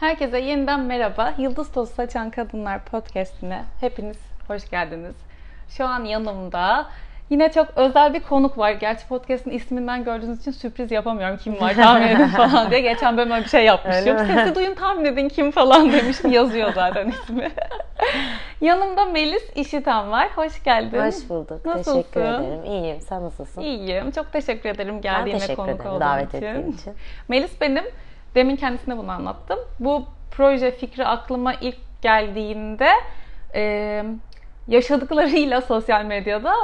Herkese yeniden merhaba. Yıldız Tozu Saçan Kadınlar Podcast'ine hepiniz hoş geldiniz. Şu an yanımda yine çok özel bir konuk var. Gerçi podcast'ın isminden gördüğünüz için sürpriz yapamıyorum. Kim var tahmin edin falan diye. Geçen bölüm öyle bir şey yapmışım. Sesi duyun tahmin edin kim falan demişim. Yazıyor zaten ismi. Yanımda Melis İşiten var. Hoş geldin. Hoş bulduk. Nasılsın? Teşekkür ederim. İyiyim. Sen nasılsın? İyiyim. Çok teşekkür ederim geldiğine konuk olduğun davet ettiğin için. Melis benim. Demin kendisine bunu anlattım. Bu proje fikri aklıma ilk geldiğinde yaşadıklarıyla sosyal medyada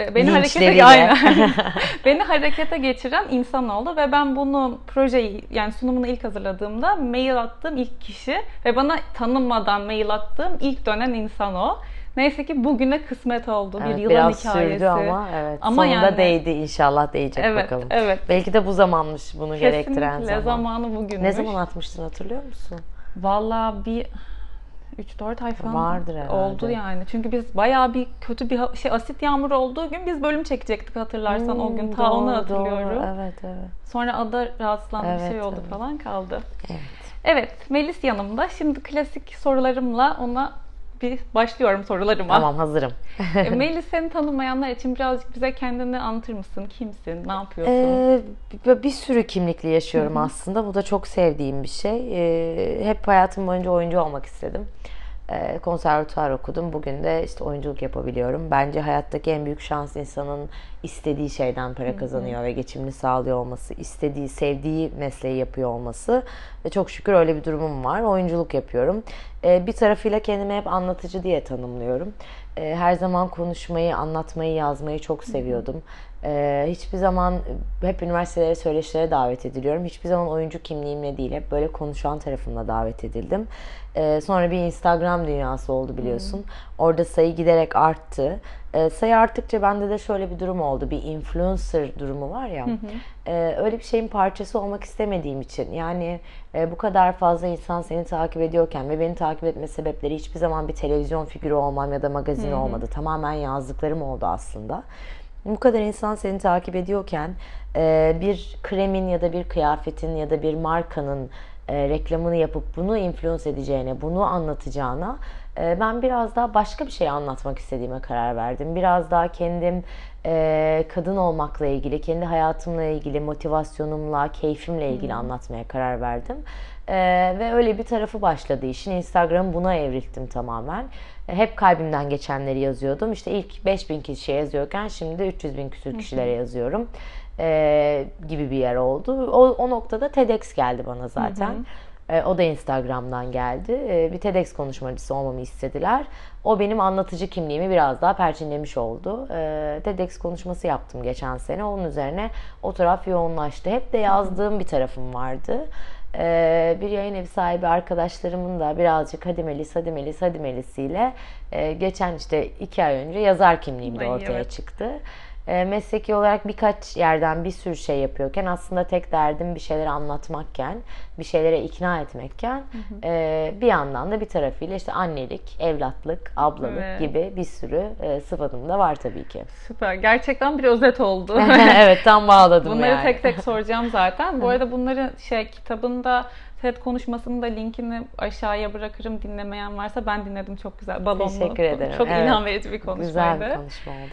beni harekete geçiren insan oldu ve ben bunu projeyi yani sunumunu ilk hazırladığımda mail attığım ilk kişi ve bana tanınmadan mail attığım ilk dönen insan o. Neyse ki bugüne kısmet oldu. Evet, bir yılan biraz hikayesi. Sürdü ama evet. Ama sonunda yani, değdi inşallah değecek bakalım. Evet. Belki de bu zamanmış bunu gerektiren Kesinlikle zaman. zamanı bugünmüş. Ne zaman atmıştın hatırlıyor musun? Vallahi bir 3-4 ay falan vardır herhalde. oldu yani. Çünkü biz bayağı bir kötü bir asit yağmur olduğu gün biz bölüm çekecektik hatırlarsan o gün. Ta onu hatırlıyorum. Doğru. Evet. Sonra Ada rahatsızlandı bir şey oldu falan kaldı. Evet Melis yanımda. Şimdi klasik sorularımla ona bir başlıyorum sorularıma. Tamam hazırım. Melis seni tanımayanlar için birazcık bize kendini anlatır mısın? Kimsin? Ne yapıyorsun? Bir sürü kimlikli yaşıyorum aslında. Bu da çok sevdiğim bir şey. Hep hayatım boyunca oyuncu olmak istedim. Konservatuvar okudum. Bugün de işte oyunculuk yapabiliyorum. Bence hayattaki en büyük şans insanın istediği şeyden para kazanıyor ve geçimini sağlıyor olması, istediği, sevdiği mesleği yapıyor olması. Ve çok şükür öyle bir durumum var. Oyunculuk yapıyorum. Bir tarafıyla kendimi hep anlatıcı diye tanımlıyorum. Her zaman konuşmayı, anlatmayı, yazmayı çok seviyordum. Hiçbir zaman hep üniversitelere, söyleşilere davet ediliyorum. Hiçbir zaman oyuncu kimliğimle değil, hep böyle konuşan tarafımla davet edildim. Sonra bir Instagram dünyası oldu biliyorsun. Orada sayı giderek arttı. Sayı arttıkça bende de şöyle bir durum oldu. Bir influencer durumu var ya. Öyle bir şeyin parçası olmak istemediğim için. Yani bu kadar fazla insan seni takip ediyorken ve beni takip etme sebepleri hiçbir zaman bir televizyon figürü olmam ya da magazin olmadı. Tamamen yazdıklarım oldu aslında. Bu kadar insan seni takip ediyorken bir kremin ya da bir kıyafetin ya da bir markanın reklamını yapıp bunu influence edeceğine, bunu anlatacağına ben biraz daha başka bir şey anlatmak istediğime karar verdim. Biraz daha kendim kadın olmakla ilgili, kendi hayatımla ilgili, motivasyonumla, keyfimle ilgili anlatmaya karar verdim. Ve öyle bir tarafı başladı işin. Instagram'ı buna evrilttim tamamen. Hep kalbimden geçenleri yazıyordum. İşte ilk 5000 kişiye yazıyorken şimdi 300 bin küsur kişilere yazıyorum. Gibi bir yer oldu. O noktada TEDx geldi bana zaten. O da Instagram'dan geldi. Bir TEDx konuşmacısı olmamı istediler. O benim anlatıcı kimliğimi biraz daha perçinlemiş oldu. TEDx konuşması yaptım geçen sene. Onun üzerine o taraf yoğunlaştı. Hep de yazdığım bir tarafım vardı. Bir yayın evi sahibi arkadaşlarımın da birazcık hadi Melis ile geçen işte 2 ay önce yazar kimliğim de ortaya çıktı. Mesleki olarak birkaç yerden bir sürü şey yapıyorken aslında tek derdim bir şeyleri anlatmakken, bir şeylere ikna etmekken bir yandan da bir tarafıyla işte annelik, evlatlık, ablalık gibi bir sürü sıfatım da var tabii ki. Süper. Gerçekten bir özet oldu. Evet tam bağladım bunları yani. tek tek soracağım zaten. Bu arada bunları kitabında TED konuşmasının da linkini aşağıya bırakırım. Dinlemeyen varsa ben dinledim çok güzel. Balonlu. Teşekkür ederim. Çok ilham verici bir konuşmaydı. Güzel bir konuşma oldu.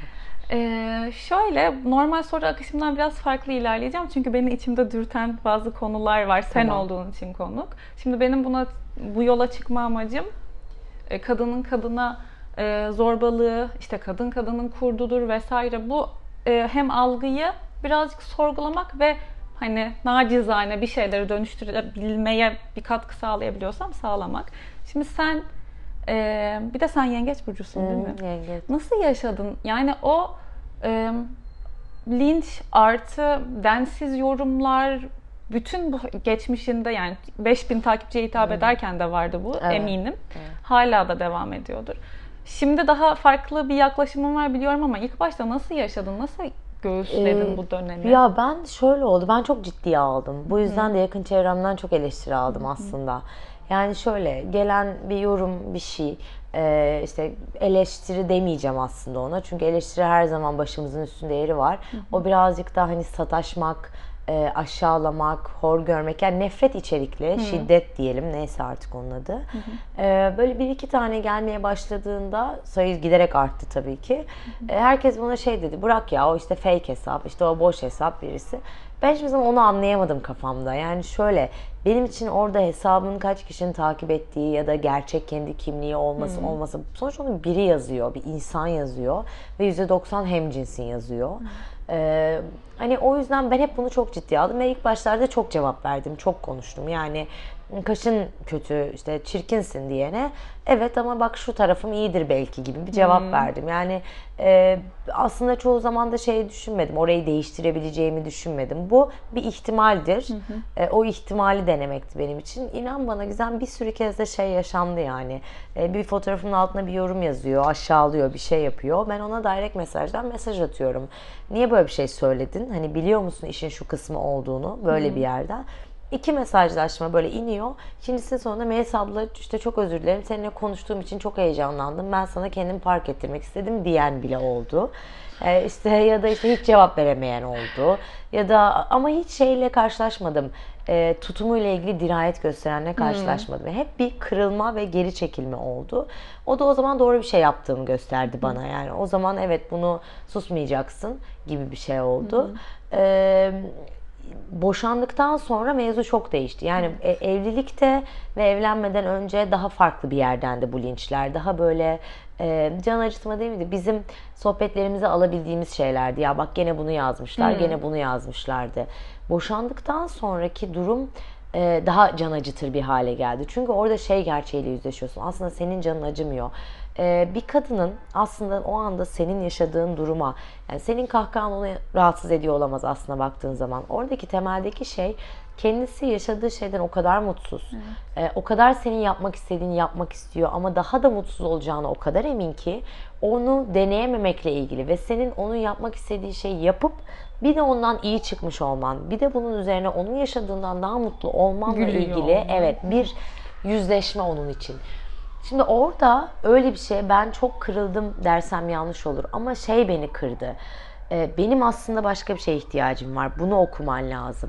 Şöyle normal soru akışımdan biraz farklı ilerleyeceğim çünkü beni içimde dürten bazı konular var sen olduğun için konuk. Şimdi benim bu yola çıkma amacım kadının kadına zorbalığı, işte kadın kadının kurdudur vesaire bu hem algıyı birazcık sorgulamak ve hani nacizane bir şeyleri dönüştürebilmeye bir katkı sağlayabiliyorsam sağlamak. Şimdi sen bir de sen yengeç burcusun değil mi? Yengeç. Nasıl yaşadın? Yani o linç artı densiz yorumlar bütün bu geçmişinde yani 5000 takipçiye hitap ederken de vardı bu eminim. Hala da devam ediyordur. Şimdi daha farklı bir yaklaşımım var biliyorum ama ilk başta nasıl yaşadın? Nasıl göğüsledin bu dönemi? Ya ben şöyle oldu. Ben çok ciddiye aldım. Bu yüzden de yakın çevremden çok eleştiri aldım aslında. Yani şöyle gelen bir yorum bir şey işte eleştiri demeyeceğim aslında ona. Çünkü eleştiri her zaman başımızın üstünde yeri var. O birazcık daha hani sataşmak, aşağılamak, hor görmek, yani nefret içerikli, şiddet diyelim, neyse artık onun adı. Böyle bir iki tane gelmeye başladığında, sayı giderek arttı tabii ki. Herkes bana şey dedi, bırak ya, o işte fake hesap, işte o boş hesap birisi. Ben hiçbir zaman onu anlayamadım kafamda. Yani şöyle, benim için orada hesabın kaç kişinin takip ettiği ya da gerçek kendi kimliği olması. Sonuçta onun biri yazıyor, bir insan yazıyor ve %90 hemcinsin yazıyor. Hani o yüzden ben hep bunu çok ciddiye aldım ve ilk başlarda çok cevap verdim, çok konuştum. Yani kaşın kötü, işte çirkinsin diyene, evet ama bak şu tarafım iyidir belki gibi bir cevap verdim. Yani aslında çoğu zaman da şey düşünmedim, orayı değiştirebileceğimi düşünmedim. Bu bir ihtimaldir. O ihtimali denemekti benim için. İnan bana Gizem, bir sürü kez de şey yaşandı yani. Bir fotoğrafımın altına bir yorum yazıyor, aşağılıyor, bir şey yapıyor. Ben ona direkt mesajdan mesaj atıyorum. Niye böyle bir şey söyledin? Hani biliyor musun işin şu kısmı olduğunu, böyle bir yerden. 2 mesajlaşma böyle iniyor. İkincisinin sonunda Melis abla işte çok özür dilerim, seninle konuştuğum için çok heyecanlandım, ben sana kendimi park ettirmek istedim diyen bile oldu. İşte ya da işte hiç cevap veremeyen oldu. Ya da ama hiç şeyle karşılaşmadım. Tutumuyla ilgili dirayet gösterenle karşılaşmadım. Hep bir kırılma ve geri çekilme oldu. O da o zaman doğru bir şey yaptığımı gösterdi bana. Yani o zaman evet, bunu susmayacaksın gibi bir şey oldu. Boşandıktan sonra mevzu çok değişti. Yani evlilikte ve evlenmeden önce daha farklı bir yerdendi bu linçler. Daha böyle can acıtma değil miydi? Bizim sohbetlerimize alabildiğimiz şeylerdi. Ya bak gene bunu yazmışlar, gene bunu yazmışlardı. Boşandıktan sonraki durum daha can acıtır bir hale geldi. Çünkü orada şey gerçeğiyle yüzleşiyorsun. Aslında senin canın acımıyor. Bir kadının aslında o anda senin yaşadığın duruma, yani senin kahkahan onu rahatsız ediyor olamaz aslında baktığın zaman. Oradaki temeldeki şey, kendisi yaşadığı şeyden o kadar mutsuz. O kadar senin yapmak istediğini yapmak istiyor ama daha da mutsuz olacağına o kadar emin ki onu deneyememekle ilgili ve senin onun yapmak istediği şeyi yapıp bir de ondan iyi çıkmış olman, bir de bunun üzerine onun yaşadığından daha mutlu olmanla ilgili evet bir yüzleşme onun için. Şimdi orada öyle bir şey, ben çok kırıldım dersem yanlış olur ama şey beni kırdı. Benim aslında başka bir şeye ihtiyacım var. Bunu okuman lazım.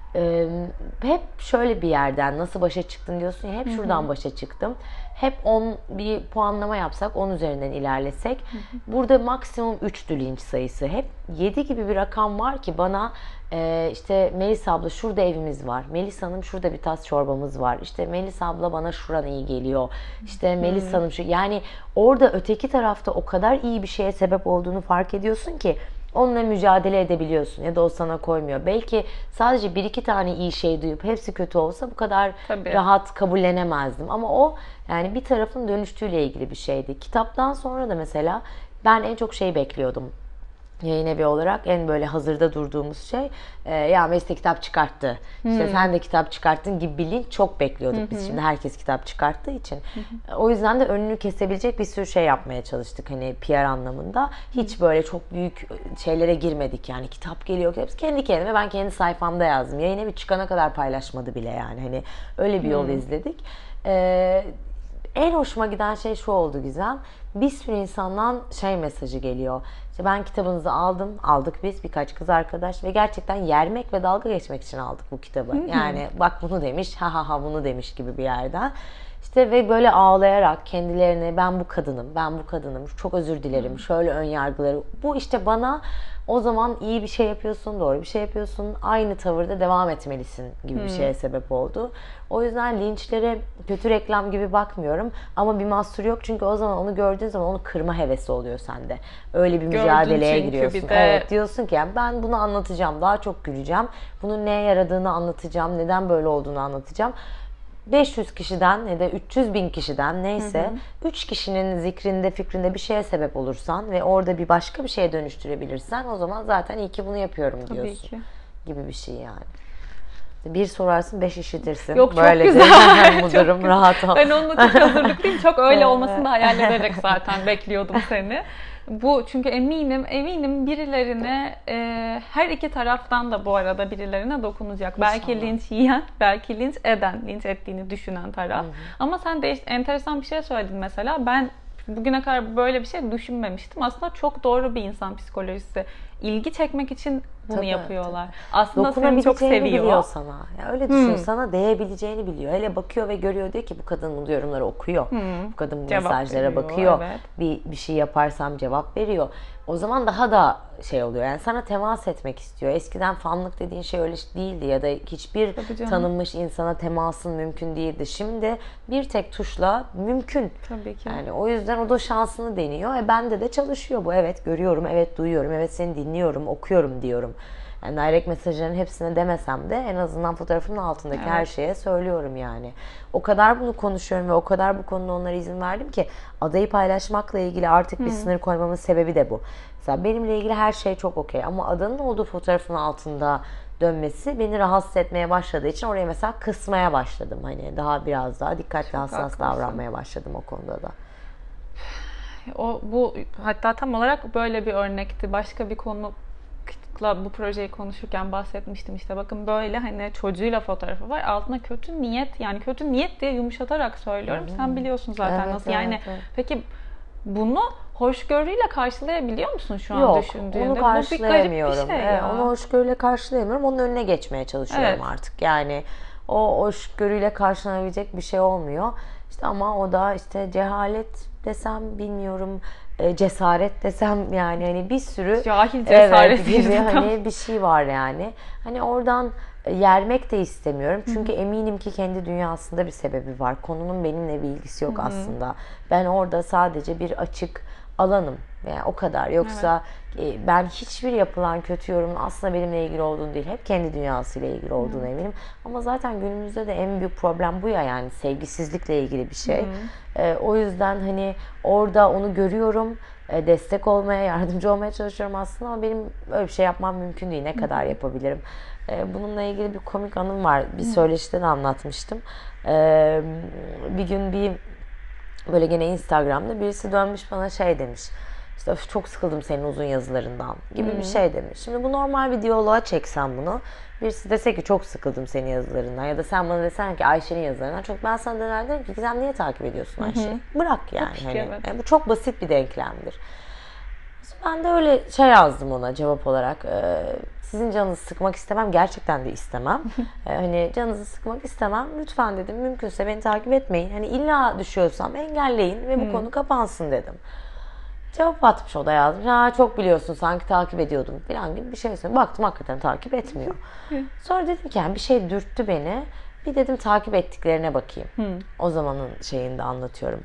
Hep şöyle bir yerden nasıl başa çıktın diyorsun ya, hep şuradan başa çıktım. Hep bir puanlama yapsak, 10 üzerinden ilerlesek. Burada maksimum 3'tü linç sayısı. Hep 7 gibi bir rakam var ki bana işte Melis abla şurada evimiz var. Melis Hanım şurada bir tas çorbamız var. İşte Melis abla bana şuran iyi geliyor. İşte Melis Hanım şu, yani orada öteki tarafta o kadar iyi bir şeye sebep olduğunu fark ediyorsun ki onunla mücadele edebiliyorsun ya da o sana koymuyor. Belki sadece bir iki tane iyi şey duyup hepsi kötü olsa bu kadar rahat kabullenemezdim. Ama o yani bir tarafın dönüştüğüyle ilgili bir şeydi. Kitaptan sonra da mesela ben en çok şey bekliyordum. Yayın evi olarak en böyle hazırda durduğumuz şey ya Melis de kitap çıkarttı. İşte sen de kitap çıkarttın gibi bir link çok bekliyorduk biz şimdi, herkes kitap çıkarttığı için. O yüzden de önünü kesebilecek bir sürü şey yapmaya çalıştık hani PR anlamında. Hiç böyle çok büyük şeylere girmedik yani, kitap geliyor. Hepsi kendi kendime, ben kendi sayfamda yazdım. Yayın evi çıkana kadar paylaşmadı bile yani, hani öyle bir yol izledik. En hoşuma giden şey şu oldu Gizem. Bir sürü insandan şey mesajı geliyor. İşte ben kitabınızı aldık biz birkaç kız arkadaş ve gerçekten yermek ve dalga geçmek için aldık bu kitabı. Yani bak bunu demiş, ha ha ha bunu demiş gibi bir yerden. İşte ve böyle ağlayarak kendilerine ben bu kadınım, çok özür dilerim, şöyle ön yargıları. Bu işte bana o zaman iyi bir şey yapıyorsun, doğru bir şey yapıyorsun, aynı tavırda devam etmelisin gibi bir şeye sebep oldu. O yüzden linçlere kötü reklam gibi bakmıyorum ama bir mahsur yok, çünkü o zaman onu gördüğün zaman onu kırma hevesi oluyor sende. Öyle bir mücadeleye giriyorsun. Evet, diyorsun ki yani ben bunu anlatacağım, daha çok güleceğim, bunun neye yaradığını anlatacağım, neden böyle olduğunu anlatacağım. 500 kişiden ya da 300 bin kişiden neyse 3 kişinin zikrinde, fikrinde bir şeye sebep olursan ve orada bir başka bir şeye dönüştürebilirsen, o zaman zaten iyi ki bunu yapıyorum diyorsun. Gibi bir şey yani. Bir sorarsın 5 işitirsin. Yok, çok böyle güzel. Bu durum rahat ol. Ben onunla çok hazırlıklıyım. Çok öyle olmasını da hayal ederek zaten bekliyordum seni. Bu çünkü eminim birilerine her iki taraftan da bu arada birilerine dokunacak. İnşallah. Belki linç yiyen, belki linç eden, linç ettiğini düşünen taraf. Ama sen de enteresan bir şey söyledin mesela. Ben bugüne kadar böyle bir şey düşünmemiştim. Aslında çok doğru bir insan psikolojisi ilgi çekmek için bunu Tabii, yapıyorlar. Aslında seni çok Dokunabileceğini biliyor seviyor. sana. Ya öyle düşün, sana değebileceğini biliyor. Hele bakıyor ve görüyor, diyor ki bu kadın bu yorumları okuyor. Bu kadın bu Cevap mesajlara veriyor, bakıyor. evet. Bir şey yaparsam cevap veriyor. O zaman daha da şey oluyor. Yani sana temas etmek istiyor. Eskiden fanlık dediğin şey öyle değildi ya da hiçbir Tabii canım. tanınmış insana temasın mümkün değildi. Şimdi bir tek tuşla mümkün. Tabii ki. Yani o yüzden o da şansını deniyor. Bende de çalışıyor bu. Evet görüyorum, evet duyuyorum, evet seni dinliyorum, okuyorum diyorum. Yani direct mesajların hepsine demesem de en azından fotoğrafımın altındaki her şeye söylüyorum yani. O kadar bunu konuşuyorum ve o kadar bu konuda onlara izin verdim ki adayı paylaşmakla ilgili artık bir sınır koymamın sebebi de bu. Mesela benimle ilgili her şey çok okey ama adanın olduğu fotoğrafın altında dönmesi beni rahatsız etmeye başladığı için oraya mesela kısmaya başladım. Hani daha biraz daha dikkatli, hassas haklısın. davranmaya başladım o konuda da. Bu hatta tam olarak böyle bir örnekti. Başka bir konukla bu projeyi konuşurken bahsetmiştim, işte bakın böyle hani çocuğuyla fotoğrafı var, altına kötü niyet, yani kötü niyet diye yumuşatarak söylüyorum. Sen biliyorsun zaten Evet, nasıl evet, yani. evet. Peki bunu hoşgörüyle karşılayabiliyor musun şu an Yok, düşündüğünde? onu Bu bir karşılayamıyorum. garip bir şey Evet, ya. onu hoşgörüyle karşılayamıyorum. Onun önüne geçmeye çalışıyorum Evet. artık. Yani o hoşgörüyle karşılanabilecek bir şey olmuyor. İşte ama o da işte cehalet desem bilmiyorum, cesaret desem yani hani bir sürü Cahil cesaret evet, gibi gibi. hani bir şey var yani. Hani oradan yermek de istemiyorum. Çünkü eminim ki kendi dünyasında bir sebebi var. Konunun benimle bir ilgisi yok aslında. Ben orada sadece bir açık alanım. Yani o kadar. Yoksa ben hiçbir yapılan kötü yorumun aslında benimle ilgili olduğunu değil, hep kendi dünyasıyla ilgili olduğunu eminim. Ama zaten günümüzde de en büyük problem bu ya, yani sevgisizlikle ilgili bir şey. O yüzden hani orada onu görüyorum, destek olmaya, yardımcı olmaya çalışıyorum aslında ama benim öyle bir şey yapmam mümkün değil. Ne kadar yapabilirim? Bununla ilgili bir komik anım var. Bir söyleşide de anlatmıştım. Bir gün böyle gene Instagram'da birisi dönmüş bana şey demiş. İşte çok sıkıldım senin uzun yazılarından gibi bir şey demiş. Şimdi bu normal bir diyaloğa çeksem bunu. Birisi dese ki çok sıkıldım senin yazılarından ya da sen bana desen ki Ayşe'nin yazılarından, çok ben sana döner derim ki sen niye takip ediyorsun Ayşe'yi? Bırak yani. Hani, evet. bu çok basit bir denklemdir. Ben de öyle şey yazdım ona cevap olarak. Sizin canınızı sıkmak istemem. Gerçekten de istemem. Hani canınızı sıkmak istemem. Lütfen dedim. Mümkünse beni takip etmeyin. Hani illa düşüyorsam engelleyin ve bu konu kapansın dedim. Cevap atmış, o da yazmış. Ha çok biliyorsun sanki takip ediyordum falan gibi bir şey söyledi. Baktım hakikaten takip etmiyor. Sonra dedim ki yani bir şey dürttü beni. Bir dedim takip ettiklerine bakayım. O zamanın şeyinde anlatıyorum.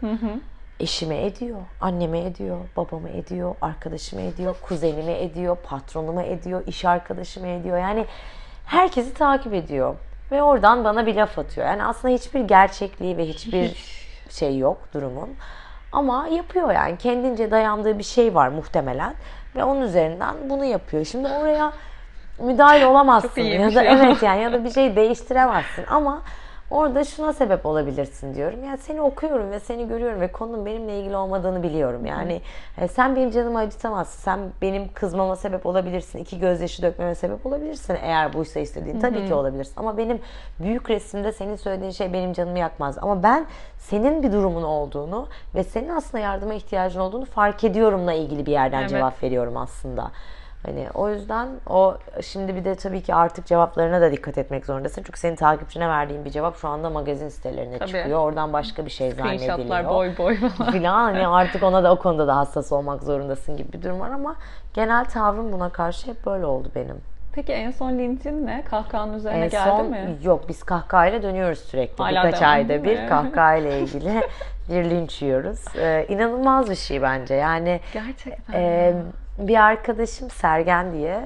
Eşime ediyor, anneme ediyor, babama ediyor, arkadaşıma ediyor, kuzenime ediyor, patronuma ediyor, iş arkadaşıma ediyor. Yani herkesi takip ediyor. Ve oradan bana bir laf atıyor. Yani aslında hiçbir gerçekliği ve hiçbir şey yok durumun. Ama yapıyor yani. Kendince dayandığı bir şey var muhtemelen. Ve onun üzerinden bunu yapıyor. Şimdi oraya müdahale olamazsın. Çok Ya iyiymiş da ya. evet yani ya da bir şey değiştiremezsin ama orada şuna sebep olabilirsin diyorum. Yani seni okuyorum ve seni görüyorum ve konunun benimle ilgili olmadığını biliyorum. Yani sen benim canımı acıtamazsın. Sen benim kızmama sebep olabilirsin. 2 gözyaşı dökmeme sebep olabilirsin eğer buysa istediğin. Tabii ki olabilirsin. Ama benim büyük resimde senin söylediğin şey benim canımı yakmaz. Ama ben senin bir durumun olduğunu ve senin aslında yardıma ihtiyacın olduğunu fark ediyorumla ilgili bir yerden cevap veriyorum aslında. Hani o yüzden o şimdi bir de tabii ki artık cevaplarına da dikkat etmek zorundasın. Çünkü senin takipçine verdiğin bir cevap şu anda magazin sitelerine çıkıyor. Oradan başka bir şey zannediliyor. Screenshotlar boy boy falan. Filan hani artık ona da o konuda da hassas olmak zorundasın gibi bir durum var ama genel tavrım buna karşı hep böyle oldu benim. Peki en son linçin ne? Kahkahanın üzerine En geldi son mi? yok, biz kahkahayla dönüyoruz sürekli. Hala Birkaç devam ayda değil bir mi? kahkahayla ilgili bir linç yiyoruz. İnanılmaz bir şey bence. Yani Gerçekten. bir arkadaşım Sergen diye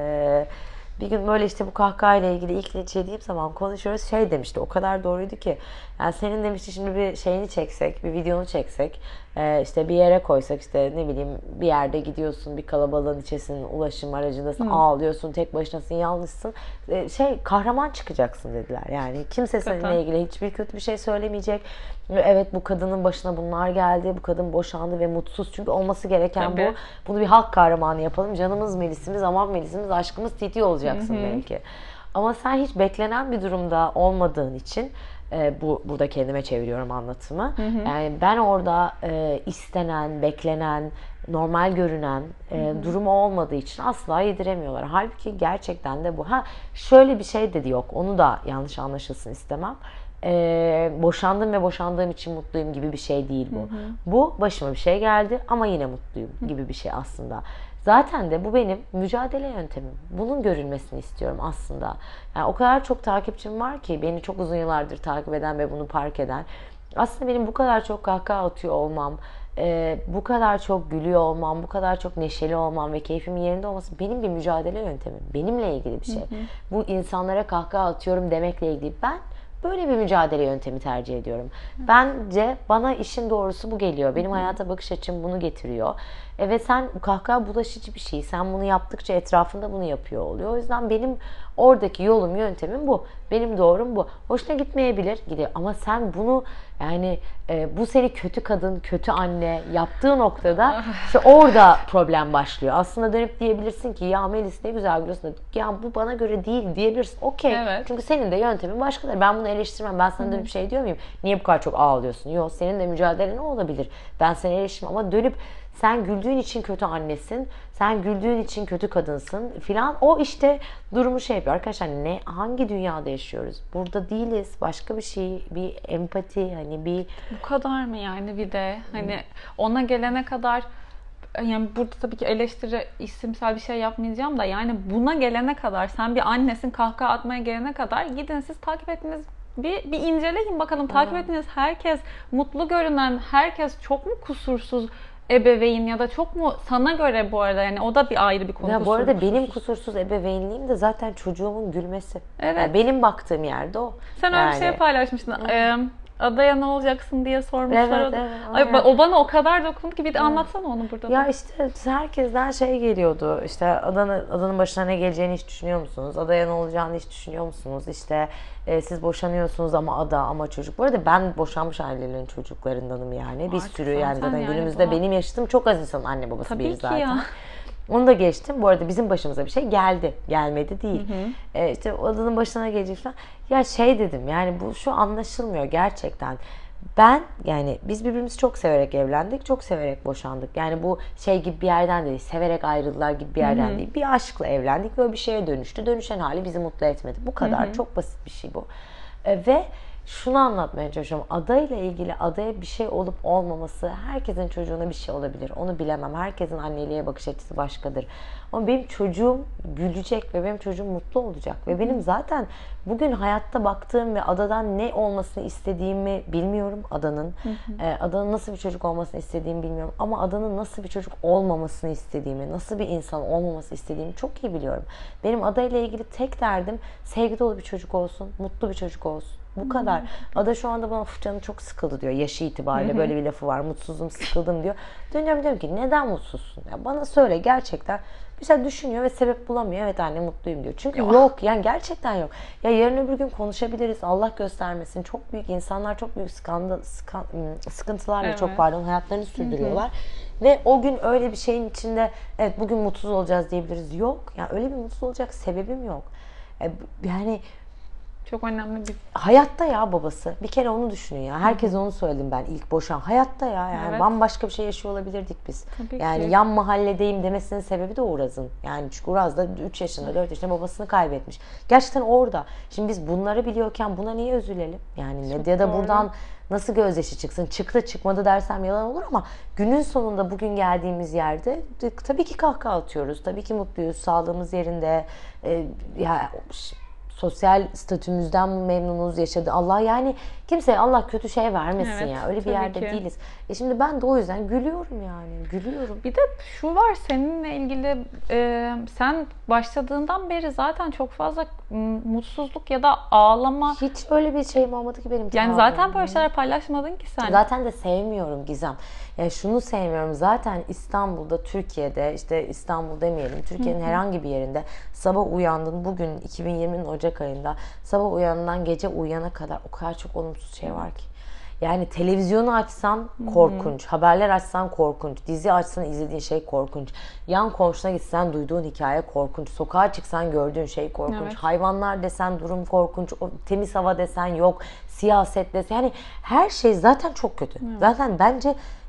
bir gün böyle işte bu kahkahayla ilgili ilk linç yediğim zaman konuşuyoruz. Şey demişti, o kadar doğruydu ki. Yani senin demişti şimdi bir şeyini çeksek, bir videonu çeksek, işte bir yere koysak, işte ne bileyim bir yerde gidiyorsun, bir kalabalığın içerisinde, ulaşım aracındasın, ağlıyorsun, tek başınasın, yalnızsın. Kahraman çıkacaksın dediler. Yani kimse seninle ilgili hiçbir kötü bir şey söylemeyecek. Evet bu kadının başına bunlar geldi, bu kadın boşandı ve mutsuz. Çünkü olması gereken bu. Bunu bir halk kahramanı yapalım. Canımız Melis'imiz, aman Melis'imiz, aşkımız Titi olacaksın belki. Ama sen hiç beklenen bir durumda olmadığın için burada kendime çeviriyorum anlatımı. Yani ben orada istenen, beklenen, normal görünen durumu olmadığı için asla yediremiyorlar. Halbuki gerçekten de bu. Ha, şöyle bir şey de yok. Onu da yanlış anlaşılsın istemem. Boşandım ve boşandığım için mutluyum gibi bir şey değil bu. Bu başıma bir şey geldi ama yine mutluyum gibi bir şey aslında. Zaten de bu benim mücadele yöntemim. Bunun görülmesini istiyorum aslında. Yani o kadar çok takipçim var ki, beni çok uzun yıllardır takip eden ve bunu fark eden. Aslında benim bu kadar çok kahkaha atıyor olmam, bu kadar çok gülüyor olmam, bu kadar çok neşeli olmam ve keyfimin yerinde olması benim bir mücadele yöntemim. Benimle ilgili bir şey. Bu insanlara kahkaha atıyorum demekle ilgili. Ben böyle bir mücadele yöntemi tercih ediyorum. Bence bana işin doğrusu bu geliyor. Benim hayata bakış açım bunu getiriyor. Ve sen, kahkaha bulaşıcı bir şey. Sen bunu yaptıkça etrafında bunu yapıyor oluyor. O yüzden benim oradaki yolum, yöntemim bu. Benim doğrum bu. Hoşuna gitmeyebilir, gidiyor. Ama sen bunu, yani bu seni kötü kadın, kötü anne yaptığı noktada işte orada problem başlıyor. Aslında dönüp diyebilirsin ki ya Melis ne güzel gülüyorsun. Ya bu bana göre değil diyebilirsin. Okey. Evet. Çünkü senin de yöntemin başkadır. Ben bunu eleştirmem. Ben sana dönüp şey diyor muyum? Niye bu kadar çok ağlıyorsun? Yok, senin de mücadelen olabilir. Ben seni eleştirmem ama dönüp sen güldüğün için kötü annesin, sen güldüğün için kötü kadınsın filan, o işte durumu şey yapıyor. Arkadaşlar, hangi dünyada yaşıyoruz? Burada değiliz. Başka bir şey, bir empati, hani bir... Bu kadar mı yani? Bir de hani ona gelene kadar, yani burada tabii ki eleştiri, isimsel bir şey yapmayacağım da, yani buna gelene kadar, sen bir annesin, kahkaha atmaya gelene kadar gidin siz takip ettiğiniz bir inceleyin bakalım. Takip ettiğiniz herkes mutlu görünen, herkes çok mu kusursuz ebeveyn ya da çok mu sana göre, bu arada yani o da bir ayrı bir konu. Ya bu arada benim kusursuz ebeveynliğim de zaten çocuğumun gülmesi. Evet. Yani benim baktığım yerde o. Sen öyle bir şey paylaşmıştın. Adaya ne olacaksın diye sormuşlar. Evet, Ay, o bana o kadar dokundu ki, bir de anlatsana onu burada. Ya işte herkesten şey geliyordu. İşte adanın başına ne geleceğini hiç düşünüyor musunuz? Adaya ne olacağını hiç düşünüyor musunuz? İşte siz boşanıyorsunuz ama ama çocuk. Bu arada ben boşanmış ailelerin çocuklarındanım yani. Bir Artık sürü yani zaten yani günümüzde bu... benim yaşadığım çok az insanın anne babası Tabii biri ki zaten. ya. Onu da geçtim. Bu arada bizim başımıza bir şey geldi. Gelmedi değil. İşte adanın başına gelecek falan. Ya şey dedim, yani bu şu anlaşılmıyor gerçekten. Yani biz birbirimizi çok severek evlendik, çok severek boşandık. Yani bu şey gibi bir yerden değil, severek ayrıldılar gibi bir yerden değil. Bir aşkla evlendik ve bir şeye dönüştü. Dönüşen hali bizi mutlu etmedi. Bu kadar. Çok basit bir şey bu. Ve şunu anlatmaya çalışıyorum. Adayla ilgili, adaya bir şey olup olmaması, herkesin çocuğuna bir şey olabilir. Onu bilemem. Herkesin anneliğe bakış açısı başkadır. Ama benim çocuğum gülecek ve benim çocuğum mutlu olacak. Ve benim zaten bugün hayatta baktığım ve adadan ne olmasını istediğimi bilmiyorum, adanın. Adanın nasıl bir çocuk olmasını istediğimi bilmiyorum. Ama adanın nasıl bir çocuk olmamasını istediğimi, nasıl bir insan olmamasını istediğimi çok iyi biliyorum. Benim adayla ilgili tek derdim sevgi dolu bir çocuk olsun, mutlu bir çocuk olsun. Bu kadar. Ada şu anda bana canım çok sıkıldı diyor. Yaşı itibariyle böyle bir lafı var. Mutsuzum, sıkıldım diyor. Dönüyorum, diyorum ki neden mutsuzsun? Ya bana söyle gerçekten. Bir şey düşünüyor ve sebep bulamıyor. Evet anne mutluyum diyor. Çünkü yok yani, gerçekten yok. Ya yarın öbür gün konuşabiliriz. Allah göstermesin. Çok büyük insanlar çok büyük sıkıntılarla çok hayatlarını sürdürüyorlar. Ve o gün öyle bir şeyin içinde evet bugün mutsuz olacağız diyebiliriz. Yok. Yani öyle bir mutsuz olacak sebebim yok. Yani çok önemli bir... Hayatta ya babası. Bir kere onu düşünün ya. Herkese onu söyledim ben ilk boşan. Hayatta ya. Yani bambaşka bir şey yaşıyor olabilirdik biz. Tabii yani ki. Yan mahalledeyim demesinin sebebi de Uraz'ın. Yani çünkü Uraz da 3 yaşında, 4 yaşında babasını kaybetmiş. Gerçekten orada. Şimdi biz bunları biliyorken buna niye üzülelim? Yani medyada buradan nasıl gözyaşı çıksın? Çıktı çıkmadı dersem yalan olur ama günün sonunda bugün geldiğimiz yerde tabii ki kahkaha atıyoruz. Tabii ki mutluyuz. Sağlığımız yerinde. Sosyal statümüzden memnunuz, yaşadı. Allah yani kimseye Allah kötü şey vermesin ya. Öyle bir yerde değiliz. Şimdi ben de o yüzden gülüyorum yani. Gülüyorum. Bir de şu var seninle ilgili, sen başladığından beri zaten çok fazla mutsuzluk ya da ağlama. Hiç öyle bir şeyim olmadı ki benim. Yani zaten böyle şeyler paylaşmadın ki sen. Zaten de sevmiyorum Gizem. Yani şunu sevmiyorum. Zaten İstanbul'da, Türkiye'de, işte İstanbul demeyelim, Türkiye'nin herhangi bir yerinde sabah uyandın, bugün 2020'nin Ocak ayında sabah uyandığından gece uyuyana kadar o kadar çok olumsuz şey var ki. Yani televizyonu açsan korkunç, haberler açsan korkunç, dizi açsan izlediğin şey korkunç, yan komşuna gitsen duyduğun hikaye korkunç, sokağa çıksan gördüğün şey korkunç, hayvanlar desen durum korkunç, temiz hava desen yok, siyaset desen, yani her şey zaten çok kötü. Zaten bence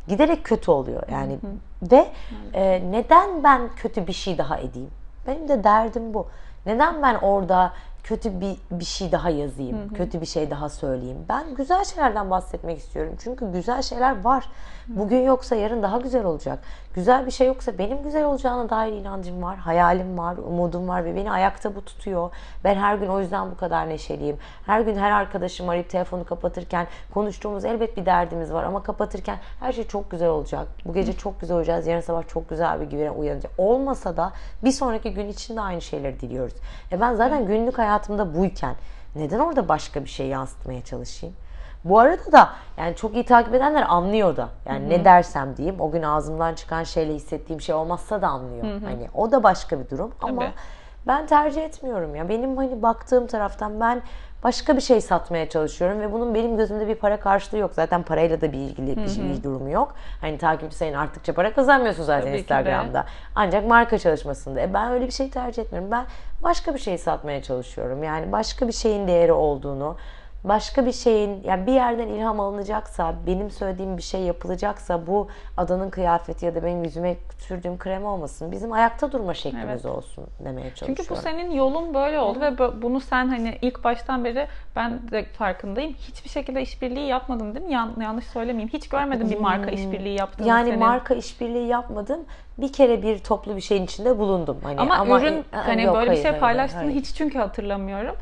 giderek kötü oluyor yani. Ve neden ben kötü bir şey daha edeyim? Benim de derdim bu. Neden ben orada kötü bir şey daha yazayım, kötü bir şey daha söyleyeyim? Ben güzel şeylerden bahsetmek istiyorum. Çünkü güzel şeyler var. Bugün yoksa yarın daha güzel olacak. Güzel bir şey yoksa benim güzel olacağına dair inancım var, hayalim var, umudum var ve beni ayakta bu tutuyor. Ben her gün o yüzden bu kadar neşeliyim. Her gün her arkadaşım arayıp telefonu kapatırken konuştuğumuz elbet bir derdimiz var ama kapatırken her şey çok güzel olacak. Bu gece çok güzel olacağız, yarın sabah çok güzel bir güne uyanacak. Olmasa da bir sonraki gün için de aynı şeyleri diliyoruz. Ben zaten günlük hayatımda buyken neden orada başka bir şey yansıtmaya çalışayım? Bu arada da yani çok iyi takip edenler anlıyor da. Yani ne dersem diyeyim o gün ağzımdan çıkan şeyle hissettiğim şey olmazsa da anlıyor. Hani o da başka bir durum ama ben tercih etmiyorum ya. Benim hani baktığım taraftan ben başka bir şey satmaya çalışıyorum ve bunun benim gözümde bir para karşılığı yok. Zaten parayla da bir ilgili bir durumu yok. Hani takipçi sayın arttıkça para kazanmıyorsun zaten tabii Instagram'da. Ancak marka çalışmasında. Ben öyle bir şey tercih etmiyorum. Ben başka bir şey satmaya çalışıyorum. Yani başka bir şeyin değeri olduğunu, başka bir şeyin, yani bir yerden ilham alınacaksa, benim söylediğim bir şey yapılacaksa bu adanın kıyafeti ya da benim yüzüme sürdüğüm krem olmasın. Bizim ayakta durma şeklimiz olsun demeye çalışıyorum. Çünkü bu senin yolun böyle oldu ve bunu sen hani ilk baştan beri ben de farkındayım. Hiçbir şekilde işbirliği yapmadın değil mi? Yanlış söylemeyeyim. Hiç görmedim bir marka işbirliği yaptığını yani senin. Marka işbirliği yapmadım. Bir kere bir toplu bir şeyin içinde bulundum. Hani ama ürün hani yok, böyle bir şey hayır, paylaştığını hiç çünkü hatırlamıyorum.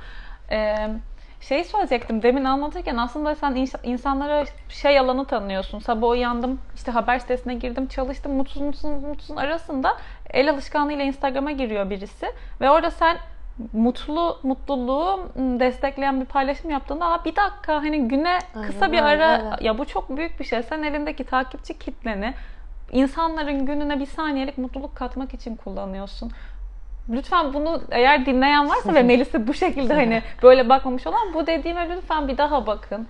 Şey söyleyecektim, demin anlatırken aslında sen insanlara şey alanı tanıyorsun. Sabah uyandım, işte haber sitesine girdim, çalıştım, mutsuz arasında el alışkanlığıyla Instagram'a giriyor birisi. Ve orada sen mutluluğu destekleyen bir paylaşım yaptığında bir dakika hani güne kısa bir ara, ya bu çok büyük bir şey. Sen elindeki takipçi kitleni insanların gününe bir saniyelik mutluluk katmak için kullanıyorsun. Lütfen bunu eğer dinleyen varsa ve Melis'e bu şekilde hani böyle bakmamış olan, bu dediğime lütfen bir daha bakın.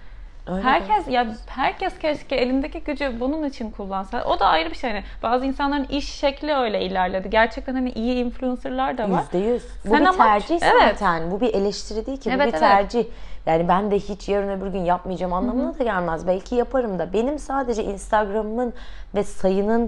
Herkes keşke elindeki gücü bunun için kullansa. O da ayrı bir şey. Hani bazı insanların iş şekli öyle ilerledi. Gerçekten hani iyi influencerlar da var. %100. Bu bir tercih zaten. Bu bir eleştiri değil ki. Bu bir tercih. Yani ben de hiç yarın öbür gün yapmayacağım anlamına da gelmez. Belki yaparım da. Benim sadece Instagram'ın ve sayının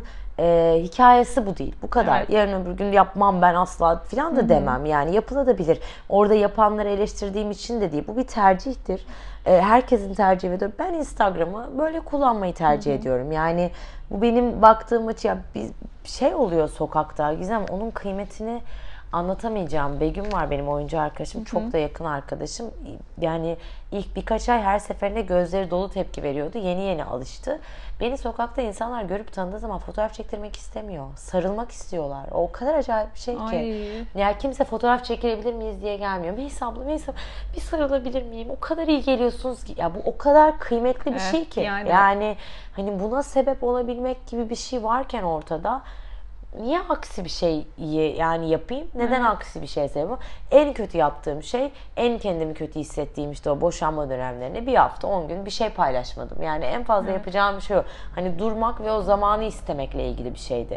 hikayesi bu değil. Bu kadar. Evet. Yarın öbür gün yapmam ben asla falan da demem. Yani yapılabilir. Orada yapanları eleştirdiğim için de değil. Bu bir tercihtir. Herkesin tercih ediyor. Ben Instagram'ı böyle kullanmayı tercih ediyorum. Yani bu benim baktığım açı, bir şey oluyor sokakta. Gizem, onun kıymetini anlatamayacağım. Begüm var benim oyuncu arkadaşım. Çok da yakın arkadaşım. Yani ilk birkaç ay her seferinde gözleri dolu tepki veriyordu. Yeni alıştı. Beni sokakta insanlar görüp tanıdığı zaman fotoğraf çektirmek istemiyor. Sarılmak istiyorlar. O kadar acayip bir şey ki. Yani kimse fotoğraf çekilebilir miyiz diye gelmiyor. Melis abla bir sarılabilir miyim? O kadar iyi geliyorsunuz ki. Ya bu o kadar kıymetli bir şey ki. Yani hani buna sebep olabilmek gibi bir şey varken ortada, niye aksi bir şey yani yapayım? Neden aksi bir şey sebep? En kötü yaptığım şey, en kendimi kötü hissettiğim işte o boşanma dönemlerinde bir hafta 10 gün bir şey paylaşmadım. Yani en fazla yapacağım bir şey o. Hani durmak ve o zamanı istemekle ilgili bir şeydi.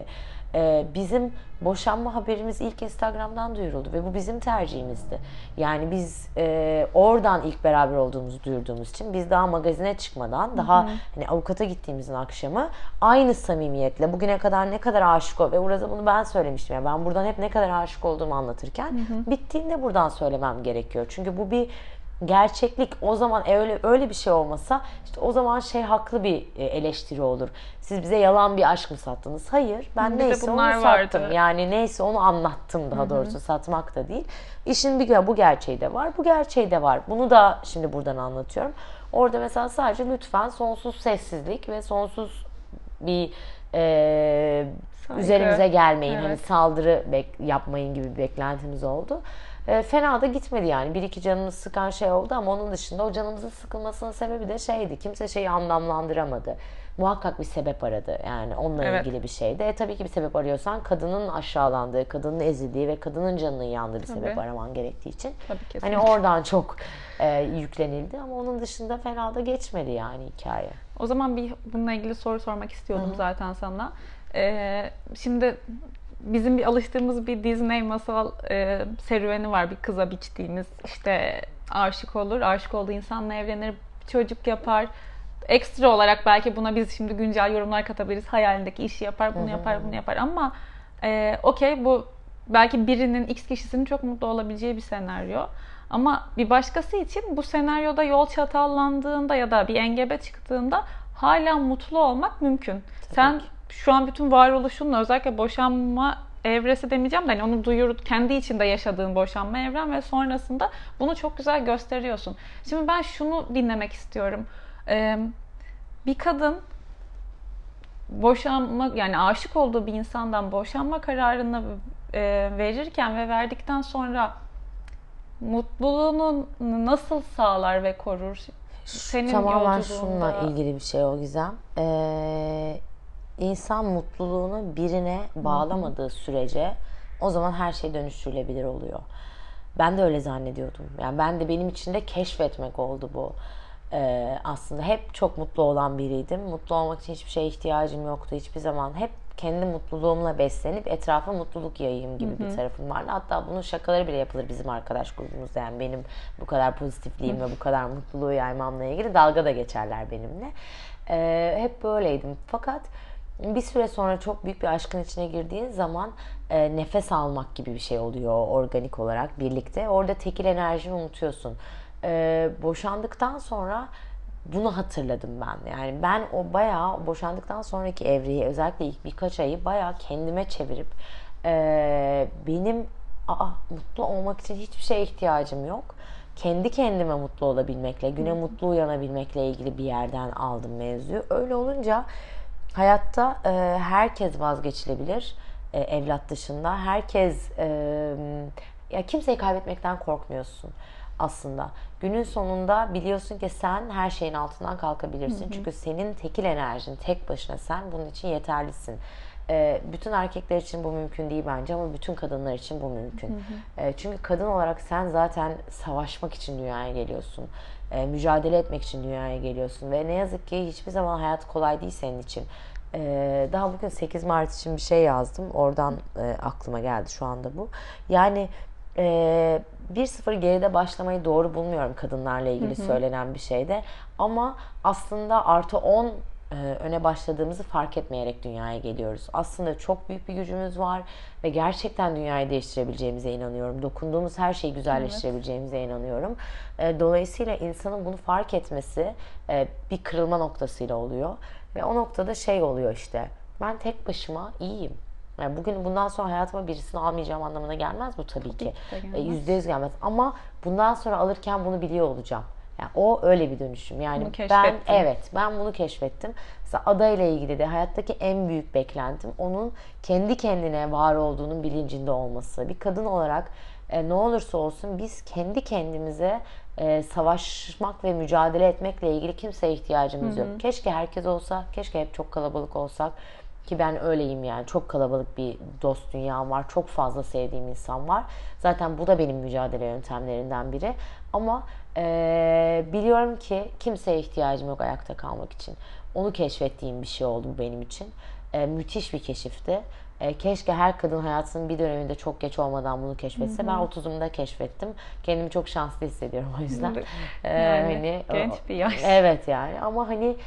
Bizim boşanma haberimiz ilk Instagram'dan duyuruldu ve bu bizim tercihimizdi. Yani biz oradan ilk beraber olduğumuzu duyurduğumuz için biz daha magazine çıkmadan, daha hani avukata gittiğimizin akşamı aynı samimiyetle bugüne kadar ne kadar aşık ol ve burada bunu ben söylemiştim. Yani ben buradan hep ne kadar aşık olduğumu anlatırken bittiğinde buradan söylemem gerekiyor. Çünkü bu bir gerçeklik. O zaman öyle bir şey olmasa işte o zaman haklı bir eleştiri olur. Siz bize yalan bir aşk mı sattınız? Hayır. Ben neyse onu sattım. Yani neyse onu anlattım daha doğrusu. Satmak da değil. İşin bu gerçeği de var. Bu gerçeği de var. Bunu da şimdi buradan anlatıyorum. Orada mesela sadece lütfen sonsuz sessizlik ve sonsuz bir üzerimize gelmeyin. Hani saldırı yapmayın gibi bir beklentimiz oldu. Fena da gitmedi yani. Bir iki canımız sıkan şey oldu ama onun dışında o canımızın sıkılmasının sebebi de şeydi. Kimse şeyi anlamlandıramadı. Muhakkak bir sebep aradı. Yani onunla ilgili bir şeydi. Tabii ki bir sebep arıyorsan kadının aşağılandığı, kadının ezildiği ve kadının canının yandığı bir sebep araman gerektiği için. Hani oradan çok yüklenildi ama onun dışında fena da geçmedi yani hikaye. O zaman bununla ilgili soru sormak istiyordum zaten sana. Şimdi bizim alıştığımız bir Disney masal serüveni var. Bir kıza biçtiğimiz, işte aşık olur, aşık olduğu insanla evlenir, çocuk yapar, ekstra olarak belki buna biz şimdi güncel yorumlar katabiliriz. Hayalindeki işi yapar, bunu yapar, bunu yapar ama okey, bu belki birinin, X kişisinin çok mutlu olabileceği bir senaryo. Ama bir başkası için bu senaryoda yol çatallandığında ya da bir engebe çıktığında hala mutlu olmak mümkün. Sen şu an bütün varoluşunla, özellikle boşanma evresi demeyeceğim de hani onu kendi içinde yaşadığın boşanma evren ve sonrasında bunu çok güzel gösteriyorsun. Şimdi ben şunu dinlemek istiyorum. Bir kadın boşanma, yani aşık olduğu bir insandan boşanma kararını verirken ve verdikten sonra mutluluğunu nasıl sağlar ve korur? Senin Tamamen yolculuğunda... şununla ilgili bir şey o Gizem. İnsan mutluluğunu birine bağlamadığı sürece o zaman her şey dönüştürülebilir oluyor. Ben de öyle zannediyordum. Yani benim için de keşfetmek oldu bu. Aslında hep çok mutlu olan biriydim. Mutlu olmak için hiçbir şeye ihtiyacım yoktu hiçbir zaman. Hep kendi mutluluğumla beslenip etrafa mutluluk yayayım gibi bir tarafım vardı. Hatta bunun şakaları bile yapılır bizim arkadaş grubumuzda. Yani benim bu kadar pozitifliğim ve bu kadar mutluluğu yaymamla ilgili dalga da geçerler benimle. Hep böyleydim. Fakat bir süre sonra çok büyük bir aşkın içine girdiğin zaman nefes almak gibi bir şey oluyor organik olarak birlikte. Orada tekil enerjini unutuyorsun. Boşandıktan sonra bunu hatırladım ben. Yani ben o bayağı boşandıktan sonraki evreyi, özellikle ilk birkaç ayı bayağı kendime çevirip benim mutlu olmak için hiçbir şeye ihtiyacım yok. Kendi kendime mutlu olabilmekle, güne mutlu uyanabilmekle ilgili bir yerden aldım mevzuyu. Öyle olunca hayatta herkes vazgeçilebilir, evlat dışında. Herkes, ya kimseyi kaybetmekten korkmuyorsun aslında. Günün sonunda biliyorsun ki sen her şeyin altından kalkabilirsin. Çünkü senin tekil enerjin, tek başına sen bunun için yeterlisin. Bütün erkekler için bu mümkün değil bence ama bütün kadınlar için bu mümkün. Çünkü kadın olarak sen zaten savaşmak için dünyaya geliyorsun. Mücadele etmek için dünyaya geliyorsun ve ne yazık ki hiçbir zaman hayat kolay değil senin için. Daha bugün 8 Mart için bir şey yazdım. Oradan aklıma geldi şu anda bu. Yani 1-0 geride başlamayı doğru bulmuyorum kadınlarla ilgili söylenen bir şeyde. Ama aslında artı 10 öne başladığımızı fark etmeyerek dünyaya geliyoruz. Aslında çok büyük bir gücümüz var ve gerçekten dünyayı değiştirebileceğimize inanıyorum. Dokunduğumuz her şeyi güzelleştirebileceğimize inanıyorum. Dolayısıyla insanın bunu fark etmesi bir kırılma noktasıyla oluyor. Ve o noktada şey oluyor işte. Ben tek başıma iyiyim. Yani bundan sonra hayatıma birisini almayacağım anlamına gelmez bu tabii ki. %100 gelmez. Ama bundan sonra alırken bunu biliyor olacağım. Yani o öyle bir dönüşüm. Yani ben bunu keşfettim. Mesela adayla ilgili de hayattaki en büyük beklentim onun kendi kendine var olduğunun bilincinde olması. Bir kadın olarak ne olursa olsun biz kendi kendimize savaşmak ve mücadele etmekle ilgili kimseye ihtiyacımız yok. Keşke herkes olsa, keşke hep çok kalabalık olsak. Ki ben öyleyim yani. Çok kalabalık bir dost dünyam var. Çok fazla sevdiğim insan var. Zaten bu da benim mücadele yöntemlerinden biri. Ama biliyorum ki kimseye ihtiyacım yok ayakta kalmak için. Onu keşfettiğim bir şey oldu bu benim için. Müthiş bir keşifti. Keşke her kadın hayatının bir döneminde çok geç olmadan bunu keşfetse. Ben 30'umda keşfettim. Kendimi çok şanslı hissediyorum o yüzden. Yani genç bir yaş. Evet yani ama hani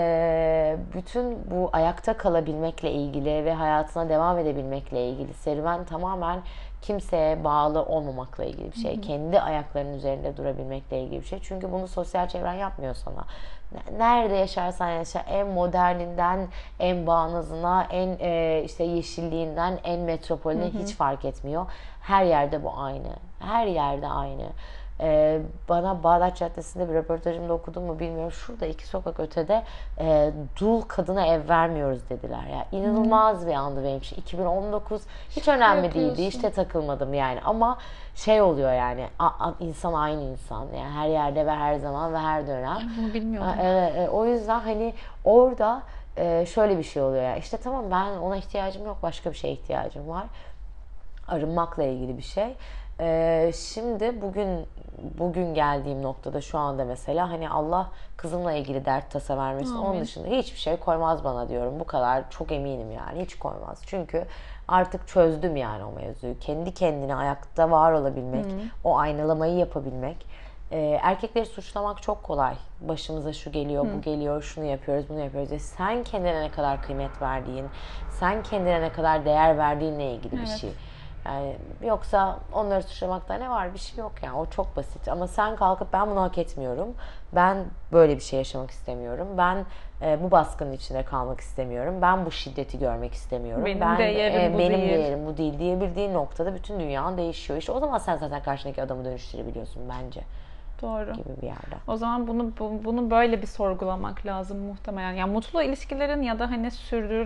bütün bu ayakta kalabilmekle ilgili ve hayatına devam edebilmekle ilgili serüven tamamen kimseye bağlı olmamakla ilgili bir şey. Kendi ayaklarının üzerinde durabilmekle ilgili bir şey. Çünkü bunu sosyal çevren yapmıyor sana. Nerede yaşarsan yaşa, en moderninden en bağnazına, en işte yeşilliğinden en metropolüne hiç fark etmiyor. Her yerde bu aynı. Her yerde aynı. Bana Bağdat Caddesi'nde bir röportajımda okudum mu bilmiyorum. Şurada 2 sokak ötede dul kadına ev vermiyoruz dediler. Yani inanılmaz bir andı benim için. 2019 hiç önemli değildi. İşte takılmadım yani. Ama şey oluyor yani. İnsan aynı insan. Yani her yerde ve her zaman ve her dönem. Bunu bilmiyordum. O yüzden hani orada şöyle bir şey oluyor. Yani. İşte tamam ben ona ihtiyacım yok. Başka bir şeye ihtiyacım var. Arınmakla ilgili bir şey. Şimdi bugün geldiğim noktada şu anda mesela hani Allah kızımla ilgili dert tasa vermesin. Onun dışında hiçbir şey koymaz bana diyorum. Bu kadar çok eminim yani. Hiç koymaz. Çünkü artık çözdüm yani o mevzuyu. Kendi kendine ayakta var olabilmek, o aynalamayı yapabilmek Erkekleri suçlamak çok kolay. Başımıza şu geliyor, bu geliyor, şunu yapıyoruz, bunu yapıyoruz. Sen kendine ne kadar kıymet verdiğin, sen kendine ne kadar değer verdiğinle ilgili bir şey. Yani yoksa onları suçlamakta ne var? Bir şey yok yani. O çok basit. Ama sen kalkıp ben bunu hak etmiyorum. Ben böyle bir şey yaşamak istemiyorum. Ben bu baskının içinde kalmak istemiyorum. Ben bu şiddeti görmek istemiyorum. Benim değerim bu benim değil. değerim bu değil diyebildiğin noktada bütün dünyan değişiyor. İşte o zaman sen zaten karşındaki adamı dönüştürebiliyorsun bence. Doğru. Gibi bir yerde. O zaman bunu böyle bir sorgulamak lazım muhtemelen. Yani mutlu ilişkilerin ya da hani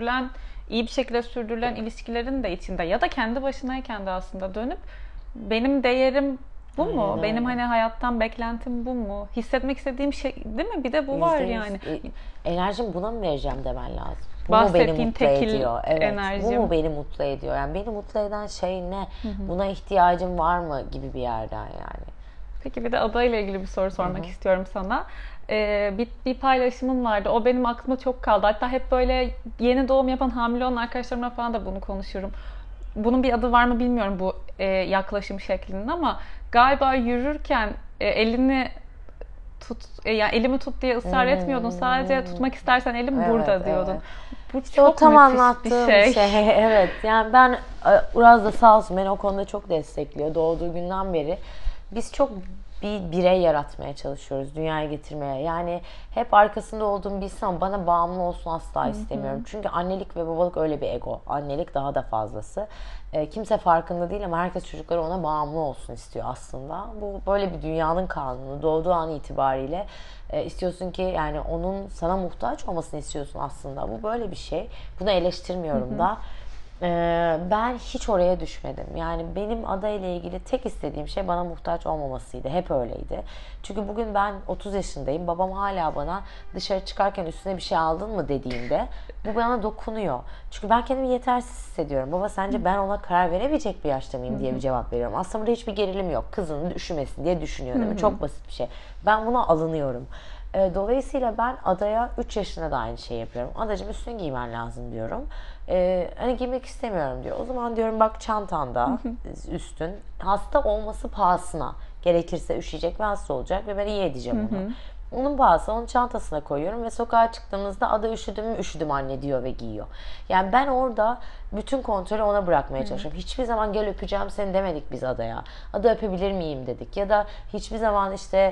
iyi bir şekilde sürdürülen ilişkilerin de içinde ya da kendi başınayken de aslında dönüp benim değerim bu mu? Aynen Benim öyle. hani hayattan beklentim bu mu? Hissetmek istediğim şey değil mi? Bir de bu var %100. yani. Enerjimi buna mı vereceğim demen lazım. Bu mu beni Bahsettiğin mutlu tekil ediyor? Evet. Bu enerjim. mu beni mutlu ediyor? Yani beni mutlu eden şey ne? Buna ihtiyacım var mı gibi bir yerden yani. Peki bir de adayla ilgili bir soru sormak istiyorum sana. Bir paylaşımın vardı. O benim aklımda çok kaldı. Hatta hep böyle yeni doğum yapan hamile olan arkadaşlarımla falan da bunu konuşurum. Bunun bir adı var mı bilmiyorum bu yaklaşım şeklinin ama galiba yürürken elini yani elimi tut diye ısrar etmiyordun. Sadece tutmak istersen elim burada diyordun. Evet. Bu İşte o çok tam müthiş anlattığım bir şey. Evet. Yani ben Uraz da sağ olsun beni o konuda çok destekliyor. Doğduğu günden beri. Biz çok bir birey yaratmaya çalışıyoruz. Dünyaya getirmeye. Yani hep arkasında olduğum bir insan bana bağımlı olsun asla istemiyorum. Çünkü annelik ve babalık öyle bir ego. Annelik daha da fazlası. Kimse farkında değil ama herkes çocukları ona bağımlı olsun istiyor aslında. Bu böyle bir dünyanın kanunu. Doğduğu an itibariyle istiyorsun ki yani onun sana muhtaç olmasını istiyorsun aslında. Bu böyle bir şey. Bunu eleştirmiyorum da. Ben hiç oraya düşmedim. Yani benim adayla ilgili tek istediğim şey bana muhtaç olmamasıydı. Hep öyleydi. Çünkü bugün ben 30 yaşındayım. Babam hala bana dışarı çıkarken üstüne bir şey aldın mı dediğinde bu bana dokunuyor. Çünkü ben kendimi yetersiz hissediyorum. Baba sence ben ona karar verebilecek bir yaşta mıyım diye bir cevap veriyorum. Aslında burada hiçbir gerilim yok. Kızının üşümesin diye düşünüyor değil mi? Çok basit bir şey. Ben buna alınıyorum. Dolayısıyla ben adaya 3 yaşında da aynı şey yapıyorum. Adacığım üstünü giymen lazım diyorum. Hani giymek istemiyorum diyor. O zaman diyorum bak çantanda üstün hasta olması pahasına. Gerekirse üşüyecek ve hasta olacak ve ben iyi edeceğim onu. Onun pahasına onun çantasına koyuyorum ve sokağa çıktığımızda ada üşüdüm mü üşüdüm anne diyor ve giyiyor. Yani ben orada bütün kontrolü ona bırakmaya çalışıyorum. Hiçbir zaman gel öpeceğim seni demedik biz adaya. Ada öpebilir miyim dedik. Ya da hiçbir zaman işte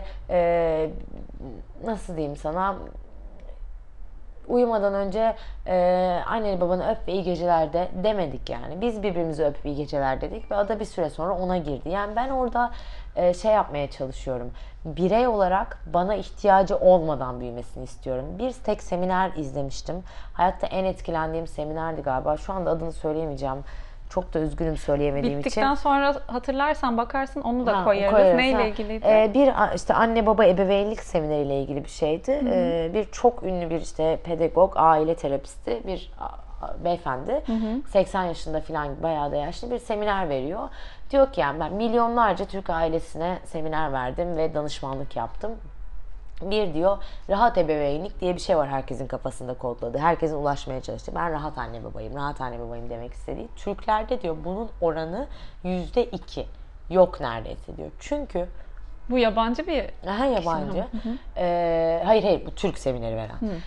nasıl diyeyim sana uyumadan önce anneni babanı öp ve iyi geceler de demedik yani. Biz birbirimizi öp iyi geceler dedik ve ada bir süre sonra ona girdi. Yani ben orada şey yapmaya çalışıyorum. Birey olarak bana ihtiyacı olmadan büyümesini istiyorum. Bir tek seminer izlemiştim. Hayatta en etkilendiğim seminerdi galiba. Şu anda adını söyleyemeyeceğim. Çok da üzgünüm söyleyemediğim Bittikten için. sonra hatırlarsan bakarsın onu da koyarız. Koyarız. Neyle ilgiliydi? Bir işte anne baba ebeveynlik semineriyle ilgili bir şeydi. Bir çok ünlü bir işte pedagog, aile terapisti bir beyefendi. 80 yaşında falan bayağı da yaşlı bir seminer veriyor. Diyor ki yani ben milyonlarca Türk ailesine seminer verdim ve danışmanlık yaptım. Bir diyor rahat ebeveynlik diye bir şey var herkesin kafasında kodladığı. Herkesin ulaşmaya çalıştığı. Ben rahat anne babayım, rahat anne babayım demek istediği. Türklerde diyor bunun oranı %2. Yok neredeyse diyor. Çünkü Bu yabancı bir yabancı. Hayır bu Türk semineri veren.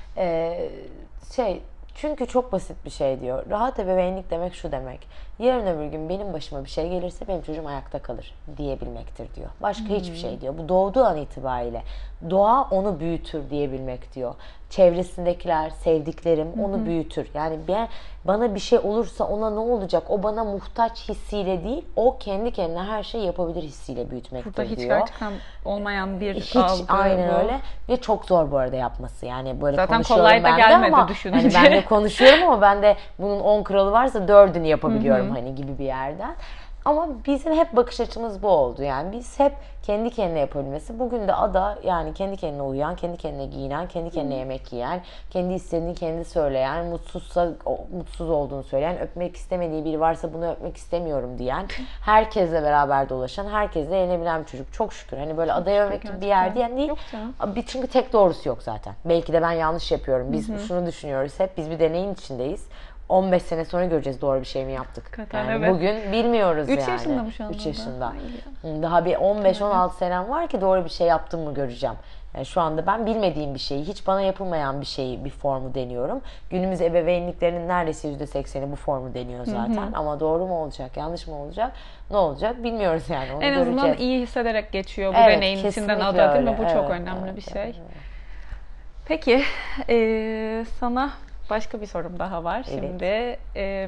Çünkü çok basit bir şey diyor. Rahat ebeveynlik demek şu demek. Yarın öbür gün benim başıma bir şey gelirse benim çocuğum ayakta kalır diyebilmektir diyor. Başka hiçbir şey diyor. Bu doğduğu an itibariyle doğa onu büyütür diyebilmek diyor. Çevresindekiler, sevdiklerim onu büyütür. Yani bana bir şey olursa ona ne olacak? O bana muhtaç hissiyle değil, o kendi kendine her şeyi yapabilir hissiyle büyütmektir burada hiç diyor. gerçekten olmayan bir Hiç algı aynen bu. öyle ve çok zor bu arada yapması. Yani böyle Zaten konuşuyorum kolay da ben de gelmedi ama düşününce. hani ben de konuşuyorum ama ben de bunun 10 kuralı varsa 4'ünü yapabiliyorum hani gibi bir yerden. Ama bizim hep bakış açımız bu oldu. Yani biz hep kendi kendine yapabilmesi. Bugün de ada yani kendi kendine uyuyan, kendi kendine giyinen, kendi kendine yemek yiyen, kendi istediğini kendi söyleyen, mutsuzsa mutsuz olduğunu söyleyen, öpmek istemediği biri varsa bunu öpmek istemiyorum diyen, herkesle beraber dolaşan, herkesle eğlenebilen bir çocuk. Çok şükür. Hani böyle adaya övmek gibi bir yer diyen değil. Yok canım. Çünkü tek doğrusu yok zaten. Belki de ben yanlış yapıyorum. Biz şunu düşünüyoruz hep. Biz bir deneyin içindeyiz. 15 sene sonra göreceğiz doğru bir şey mi yaptık. Hakikaten, Yani evet. bugün bilmiyoruz 3 yani. yaşında mı şu anda? 3 yaşında. Ay. Daha bir 15-16 senem var ki doğru bir şey yaptım mı göreceğim. Yani şu anda ben bilmediğim bir şeyi, hiç bana yapılmayan bir şeyi, bir formu deniyorum. Günümüz ebeveynliklerinin neredeyse %80'i bu formu deniyor zaten. Ama doğru mu olacak, yanlış mı olacak, ne olacak bilmiyoruz yani. Onu En azından göreceğiz. iyi hissederek geçiyor bu Evet, deneyin içinden kesinlikle ada, değil mi? öyle. Bu çok Evet, önemli evet, bir şey. evet. Peki, sana başka bir sorum daha var. Evet. Şimdi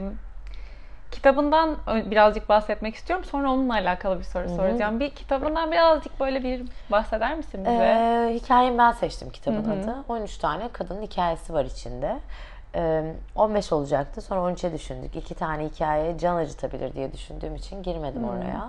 kitabından birazcık bahsetmek istiyorum. Sonra onunla alakalı bir soru soracağım. Bir kitabından birazcık böyle bir bahseder misin bize? Hikayemi ben seçtim kitabın adı. 13 tane kadının hikayesi var içinde. 15 olacaktı. Sonra 13'e düşündük. 2 tane hikaye can acıtabilir diye düşündüğüm için girmedim oraya.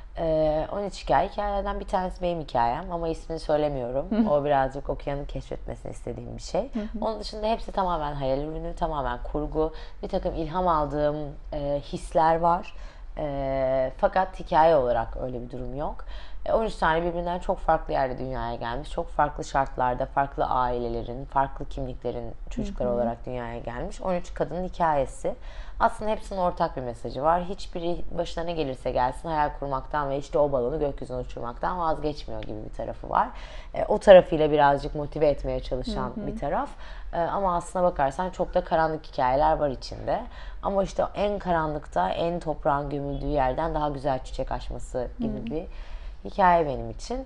13 hikaye. Hikayelerden bir tanesi benim hikayem ama ismini söylemiyorum. O birazcık okuyanın keşfetmesini istediğim bir şey. Onun dışında hepsi tamamen hayal ürünü, tamamen kurgu. Bir takım ilham aldığım hisler var. Fakat hikaye olarak öyle bir durum yok. 13 tane birbirinden çok farklı yerde dünyaya gelmiş. Çok farklı şartlarda, farklı ailelerin, farklı kimliklerin çocukları olarak dünyaya gelmiş. 13 kadının hikayesi. Aslında hepsinin ortak bir mesajı var. Hiçbiri başına ne gelirse gelsin hayal kurmaktan ve işte o balonu gökyüzüne uçurmaktan vazgeçmiyor gibi bir tarafı var. O tarafıyla birazcık motive etmeye çalışan bir taraf. Ama aslına bakarsan çok da karanlık hikayeler var içinde. Ama işte en karanlıkta, en toprağın gömüldüğü yerden daha güzel çiçek açması gibi bir hikaye benim için.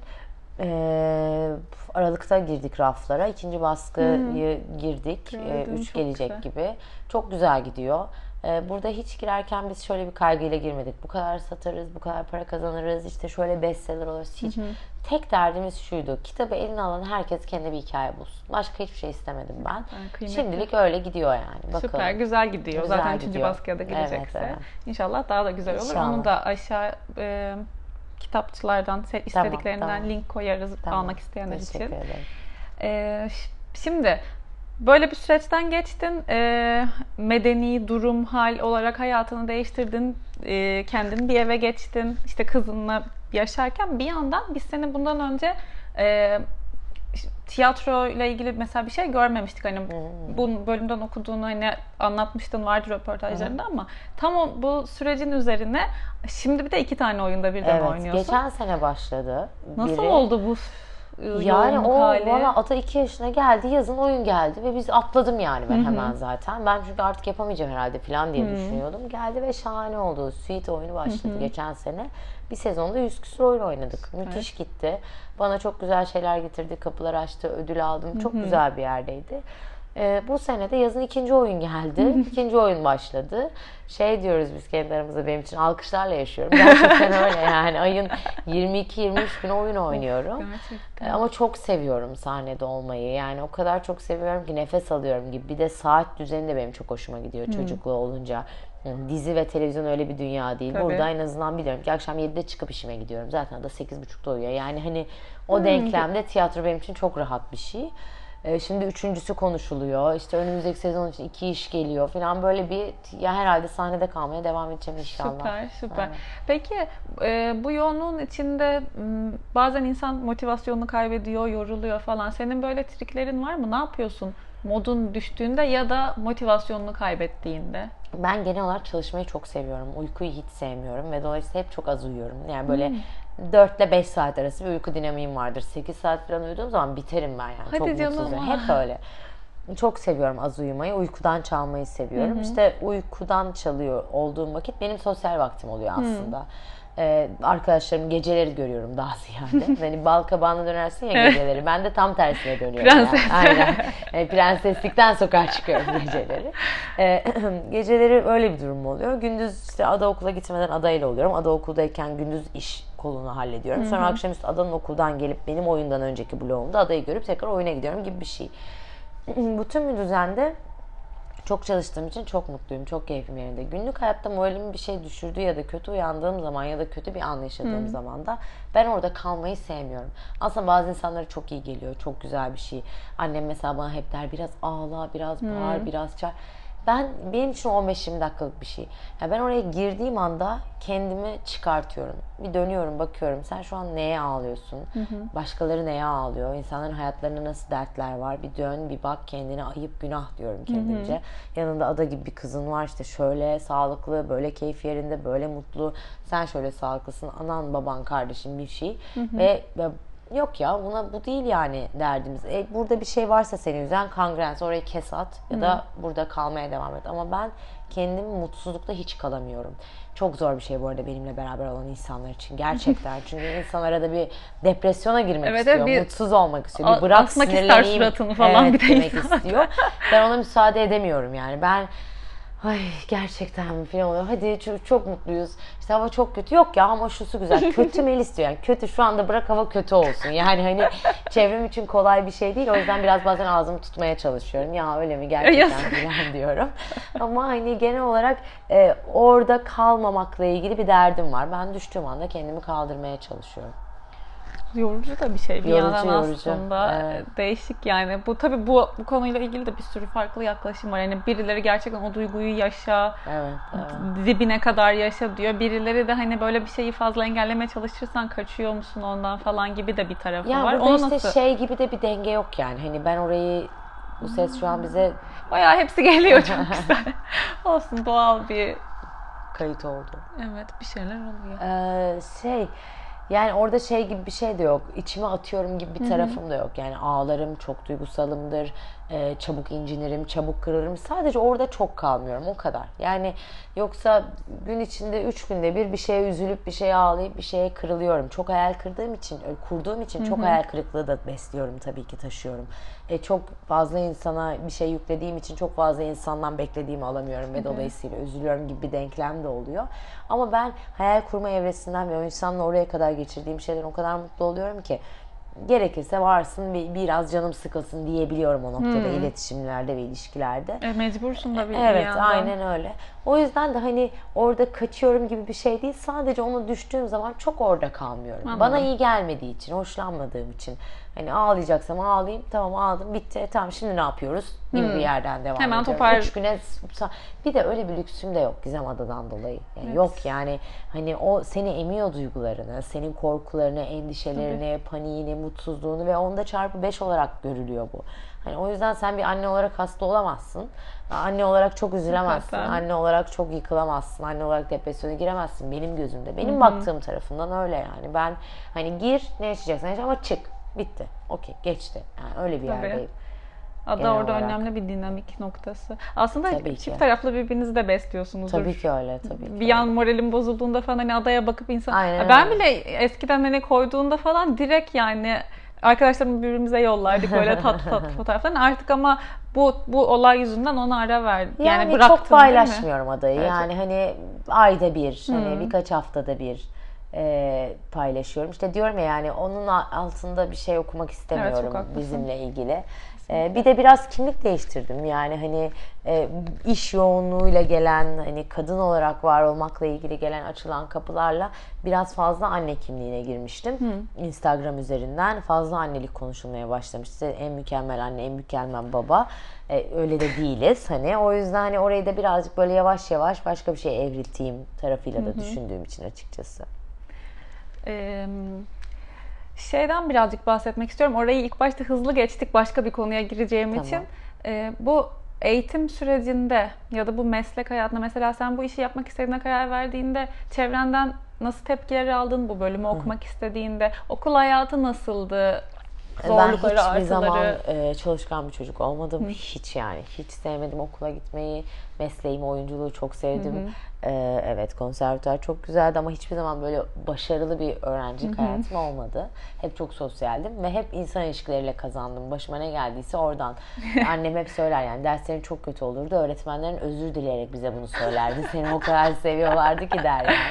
Aralıkta girdik raflara. İkinci baskıyı girdik. Gördüm, 3 çok gelecek güzel. gibi. Çok güzel gidiyor. Burada hiç girerken biz şöyle bir kaygıyla girmedik. Bu kadar satarız, bu kadar para kazanırız, işte şöyle bestseller oluruz. Hiç. Tek derdimiz şuydu. Kitabı eline alan herkes kendi bir hikaye bulsun. Başka hiçbir şey istemedim ben. Kıymetli. Şimdilik öyle gidiyor yani. Bakalım. Süper, güzel gidiyor. Güzel Zaten 3. gidiyor. baskıya da gelecekse. Evet. İnşallah daha da güzel olur. İnşallah. Onu da aşağı kitapçılardan istediklerinden tamam. link koyarız Tamam. almak isteyenler Teşekkür için. ederim. Şimdi böyle bir süreçten geçtin. Medeni durum, hal olarak hayatını değiştirdin. Kendin bir eve geçtin. İşte kızınla yaşarken bir yandan biz seni bundan önce tiyatro ile ilgili mesela bir şey görmemiştik. Hani bu bölümden okuduğunu hani anlatmıştın, vardı röportajlarında ama tam bu sürecin üzerine şimdi bir de 2 tane oyunda birden oynuyorsun. Geçen sene başladı. Nasıl biri. oldu bu Yani yoğunluk o hali? valla ata 2 yaşına geldi, yazın oyun geldi ve biz atladım yani ben hemen zaten. Ben çünkü artık yapamayacağım herhalde falan diye düşünüyordum. Geldi ve şahane oldu. Suite oyunu başladı geçen sene. Bir sezonda 100 küsur oyun oynadık. Müthiş gitti. Bana çok güzel şeyler getirdi, kapılar açtı, ödül aldım. Çok güzel bir yerdeydi. Bu sene de yazın 2. oyun geldi. 2. oyun başladı. Şey diyoruz biz kendi aramızda, benim için alkışlarla yaşıyorum. Gerçekten öyle yani. Ayın 22-23 gün oyun oynuyorum. Gerçekten. Ama çok seviyorum sahnede olmayı. Yani o kadar çok seviyorum ki nefes alıyorum gibi. Bir de saat düzeni de benim çok hoşuma gidiyor çocuklu olunca. Yani dizi ve televizyon öyle bir dünya değil. Tabii. Burada en azından biliyorum ki akşam 7'de çıkıp işime gidiyorum. Zaten da 8.30'da uyuyor. Yani hani o denklemde tiyatro benim için çok rahat bir şey. Şimdi 3.'sü konuşuluyor. İşte önümüzdeki sezon için 2 iş geliyor falan, böyle bir ya herhalde sahnede kalmaya devam edeceğim inşallah. Süper. Evet. Peki bu yoğunluğun içinde bazen insan motivasyonunu kaybediyor, yoruluyor falan. Senin böyle triklerin var mı? Ne yapıyorsun modun düştüğünde ya da motivasyonunu kaybettiğinde? Ben genel olarak çalışmayı çok seviyorum. Uykuyu hiç sevmiyorum ve dolayısıyla hep çok az uyuyorum. Yani böyle 4 ile 5 saat arası bir uyku dinamiğim vardır. 8 saat falan uyuduğum zaman biterim ben yani. Hadi çok canım. mutsuzum. Hep öyle. Çok seviyorum az uyumayı. Uykudan çalmayı seviyorum. İşte uykudan çalıyor olduğum vakit benim sosyal vaktim oluyor aslında. Arkadaşlarım geceleri görüyorum daha ziyade. Hani bal kabağına dönersin ya geceleri. Ben de tam tersine dönüyorum. Prenses. Yani. Aynen. Prenseslikten sokağa çıkıyorum geceleri. Geceleri öyle bir durum oluyor. Gündüz işte ada okula gitmeden adayla oluyorum. Ada okuldayken gündüz iş kolunu hallediyorum. Sonra akşamüstü adanın okuldan gelip benim oyundan önceki bloğumda adayı görüp tekrar oyuna gidiyorum gibi bir şey. Bütün bir düzende çok çalıştığım için çok mutluyum, çok keyfim yerinde. Günlük hayatta moralimi bir şey düşürdüğü ya da kötü uyandığım zaman ya da kötü bir an yaşadığım zaman da ben orada kalmayı sevmiyorum. Aslında bazı insanlara çok iyi geliyor, çok güzel bir şey. Annem mesela bana hep der, biraz ağla, biraz bağır, biraz çağır. Benim için 15-20 dakikalık bir şey. Yani ben oraya girdiğim anda kendimi çıkartıyorum. Bir dönüyorum, bakıyorum. Sen şu an neye ağlıyorsun? Başkaları neye ağlıyor? İnsanların hayatlarında nasıl dertler var? Bir dön, bir bak kendine. Ayıp, günah diyorum kendimce. Yanında ada gibi bir kızın var, işte şöyle sağlıklı, böyle keyif yerinde, böyle mutlu. Sen şöyle sağlıklısın. Anan, baban, kardeşin bir şey. Ve yok ya, bu değil yani derdimiz. Burada bir şey varsa seni üzen, kangrense orayı kes at ya da burada kalmaya devam et. Ama ben kendimi mutsuzlukta hiç kalamıyorum. Çok zor bir şey bu arada benimle beraber olan insanlar için. Gerçekten. Çünkü insan arada bir depresyona girmek istiyor. Mutsuz olmak istiyor. Bir bırak sinirleneyim. Suratını falan bir de demek istiyor. Ben ona müsaade edemiyorum yani. Ben ay gerçekten mi falan oluyor. Hadi çok mutluyuz. İşte hava çok kötü. Yok ya, ama şusu güzel. Kötü Melis istiyor yani. Kötü şu anda, bırak hava kötü olsun. Yani hani çevrem için kolay bir şey değil. O yüzden biraz bazen ağzımı tutmaya çalışıyorum. Ya öyle mi gerçekten falan diyorum. Ama hani genel olarak orada kalmamakla ilgili bir derdim var. Ben düştüğüm anda kendimi kaldırmaya çalışıyorum. Yorucu da bir şey bir yandan Yorucu. aslında. Evet. Değişik yani. Bu tabii bu konuyla ilgili de bir sürü farklı yaklaşım var. Yani birileri gerçekten o duyguyu yaşa, Evet. dibine kadar yaşa diyor. Birileri de hani böyle bir şeyi fazla engellemeye çalışırsan kaçıyor musun ondan falan gibi de bir tarafı Ya var. burada işte şey gibi de bir denge yok yani. Hani ben orayı, bu ses şu an bize bayağı hepsi geliyor, çok güzel. Olsun, doğal bir kayıt oldu. evet, bir şeyler oluyor. Yani orada şey gibi bir şey de yok. İçime atıyorum gibi bir tarafım da yok. Yani ağlarım, çok duygusalımdır. Çabuk incinirim, çabuk kırılırım. Sadece orada çok kalmıyorum, o kadar. Yani yoksa gün içinde 3 günde bir şeye üzülüp, bir şeye ağlayıp, bir şeye kırılıyorum. Çok hayal kurduğum için çok hayal kırıklığı da besliyorum, tabii ki taşıyorum. Çok fazla insana bir şey yüklediğim için çok fazla insandan beklediğimi alamıyorum ve dolayısıyla üzülüyorum gibi bir denklem de oluyor. Ama ben hayal kurma evresinden ve o insanla oraya kadar geçirdiğim şeyden o kadar mutlu oluyorum ki gerekirse varsın biraz canım sıkılsın diyebiliyorum o noktada, iletişimlerde ve ilişkilerde. Mecbursun da bir Evet, yandan. aynen öyle. O yüzden de hani orada kaçıyorum gibi bir şey değil. Sadece ona düştüğüm zaman çok orada kalmıyorum. Anladım. Bana iyi gelmediği için, hoşlanmadığım için. Hani ağlayacaksam ağlayayım, tamam ağladım, bitti. Tamam, şimdi ne yapıyoruz gibi bir yerden devam Hemen ediyorum. 3 güne bir de öyle bir lüksüm de yok Gizem Ada'dan dolayı. Yani Evet. yok yani, hani o seni emiyor duygularını, senin korkularını, endişelerini, paniğini, mutsuzluğunu ve onda çarpı 5 olarak görülüyor bu. Hani o yüzden sen bir anne olarak hasta olamazsın. Anne olarak çok üzülemezsin. Hakikaten. Anne olarak çok yıkılamazsın. Anne olarak depresyona giremezsin benim gözümde. Benim baktığım tarafından öyle yani. Ben hani gir, ne yaşayacaksan yaşa ama çık. Bitti. Okey, geçti. Yani öyle bir Tabii. yerdeyim. Ada Genel orada olarak. önemli bir dinamik noktası. Aslında Tabii çift ki. taraflı birbirinizi de besliyorsunuzdur. Tabii ki öyle. Tabii ki Bir an moralim bozulduğunda falan hani adaya bakıp insan... Aynen Ben öyle. bile eskiden hani koyduğunda falan direkt yani arkadaşlarımı birbirimize yollardık böyle tatlı fotoğraflar. Artık ama bu olay yüzünden ona ara verdim. Yani bıraktım, çok paylaşmıyorum adayı. Evet. Yani hani ayda bir, hani birkaç haftada bir paylaşıyorum. İşte diyorum ya, yani onun altında bir şey okumak istemiyorum, çok haklısın. bizimle ilgili. Bir de biraz kimlik değiştirdim. Yani hani iş yoğunluğuyla gelen, hani kadın olarak var olmakla ilgili gelen açılan kapılarla biraz fazla anne kimliğine girmiştim. Instagram üzerinden fazla annelik konuşulmaya başlamıştı. En mükemmel anne, en mükemmel baba. Öyle de değiliz hani. O yüzden hani orayı da birazcık böyle yavaş yavaş başka bir şeye evrilteyim tarafıyla da düşündüğüm için açıkçası. Şeyden birazcık bahsetmek istiyorum. Orayı ilk başta hızlı geçtik başka bir konuya gireceğim Tamam. için. Bu eğitim sürecinde ya da bu meslek hayatında mesela sen bu işi yapmak istediğine karar verdiğinde çevrenden nasıl tepkiler aldın, bu bölümü okumak istediğinde? Okul hayatı nasıldı? Zorlukları, Ben hiçbir artıları. zaman çalışkan bir çocuk olmadım. Hiç yani. Hiç sevmedim okula gitmeyi. Mesleğimi, oyunculuğu çok sevdim. Evet, konservatuar çok güzeldi ama hiçbir zaman böyle başarılı bir öğrencilik hayatım olmadı. Hep çok sosyaldim ve hep insan ilişkileriyle kazandım. Başıma ne geldiyse oradan. Annem hep söyler yani, derslerin çok kötü olurdu. Öğretmenlerin özür dileyerek bize bunu söylerdi. Seni o kadar seviyorlardı ki der yani.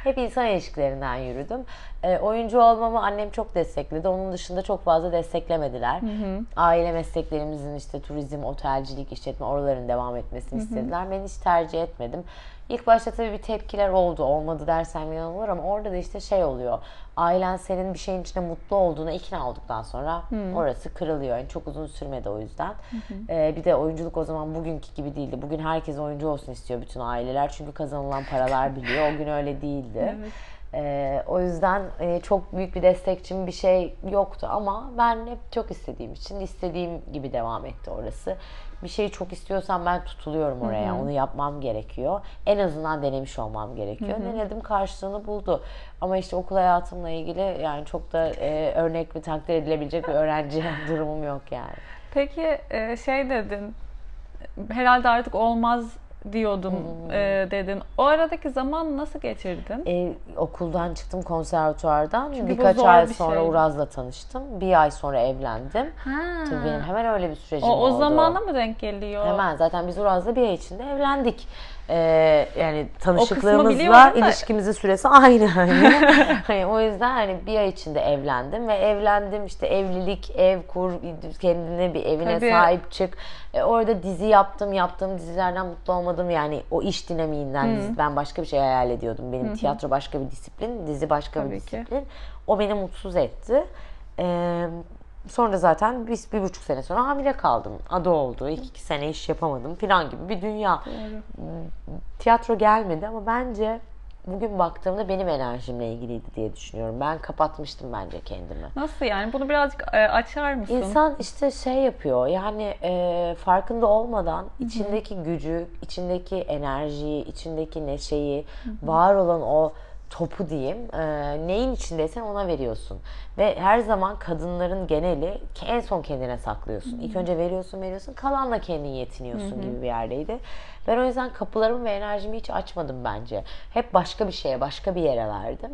Hep insan ilişkilerinden yürüdüm. Oyuncu olmamı annem çok destekledi. Onun dışında çok fazla desteklemediler. Aile mesleklerimizin işte turizm, otelcilik, işletme oraların devam etmesini istediler. Ben hiç tercih etmedim. İlk başta tabii bir tepkiler oldu. Olmadı dersem yalan olur ama orada da işte şey oluyor. Ailen senin bir şeyin içinde mutlu olduğuna ikna olduktan sonra orası kırılıyor. Yani çok uzun sürmedi o yüzden. Bir de oyunculuk o zaman bugünkü gibi değildi. Bugün herkes oyuncu olsun istiyor bütün aileler. Çünkü kazanılan paralar biliyor. O gün öyle değildi. O yüzden çok büyük bir destekçim bir şey yoktu ama ben hep çok istediğim için istediğim gibi devam etti orası. Bir şeyi çok istiyorsam ben tutuluyorum oraya. Onu yapmam gerekiyor. En azından denemiş olmam gerekiyor. Denedim, karşılığını buldu. Ama işte okul hayatımla ilgili yani çok da örnek ve takdir edilebilecek bir öğrenci durumum yok yani. Peki şey dedin, herhalde artık olmaz diyordum dedin. O aradaki zaman nasıl geçirdin? Okuldan çıktım, konservatuvardan. Çünkü birkaç zor ay bir sonra şey. Uraz'la tanıştım. Bir ay sonra evlendim. Tabii benim hemen öyle bir sürecim oldu. O zamana mı denk geliyor? Hemen zaten biz Uraz'la bir ay içinde evlendik. Yani O kısmı tanışıklığımızla biliyorum da. ilişkimizin süresi aynı. Hani o yüzden hani bir ay içinde evlendim ve evlendim işte evlilik, ev kur, kendine bir evine Tabii. sahip çık. Orada dizi yaptım. Yaptığım dizilerden mutlu olmadım. Yani o iş dinamiğinden ben başka bir şey hayal ediyordum. Benim tiyatro başka bir disiplin, dizi başka Tabii bir ki. disiplin. O beni mutsuz etti. Sonra zaten biz 1,5 sene sonra hamile kaldım. Adı oldu. 2 sene iş yapamadım falan gibi bir dünya. Tiyatro gelmedi ama bence bugün baktığımda benim enerjimle ilgiliydi diye düşünüyorum. Ben kapatmıştım bence kendimi. Nasıl yani? Bunu birazcık açar mısın? İnsan işte şey yapıyor yani farkında olmadan içindeki gücü, içindeki enerjiyi, içindeki neşeyi, var olan o topu diyeyim, neyin içindeysen ona veriyorsun. Ve her zaman kadınların geneli en son kendine saklıyorsun. İlk önce veriyorsun, kalanla kendin yetiniyorsun gibi bir yerdeydi. Ben o yüzden kapılarımı ve enerjimi hiç açmadım bence. Hep başka bir şeye, başka bir yere verdim.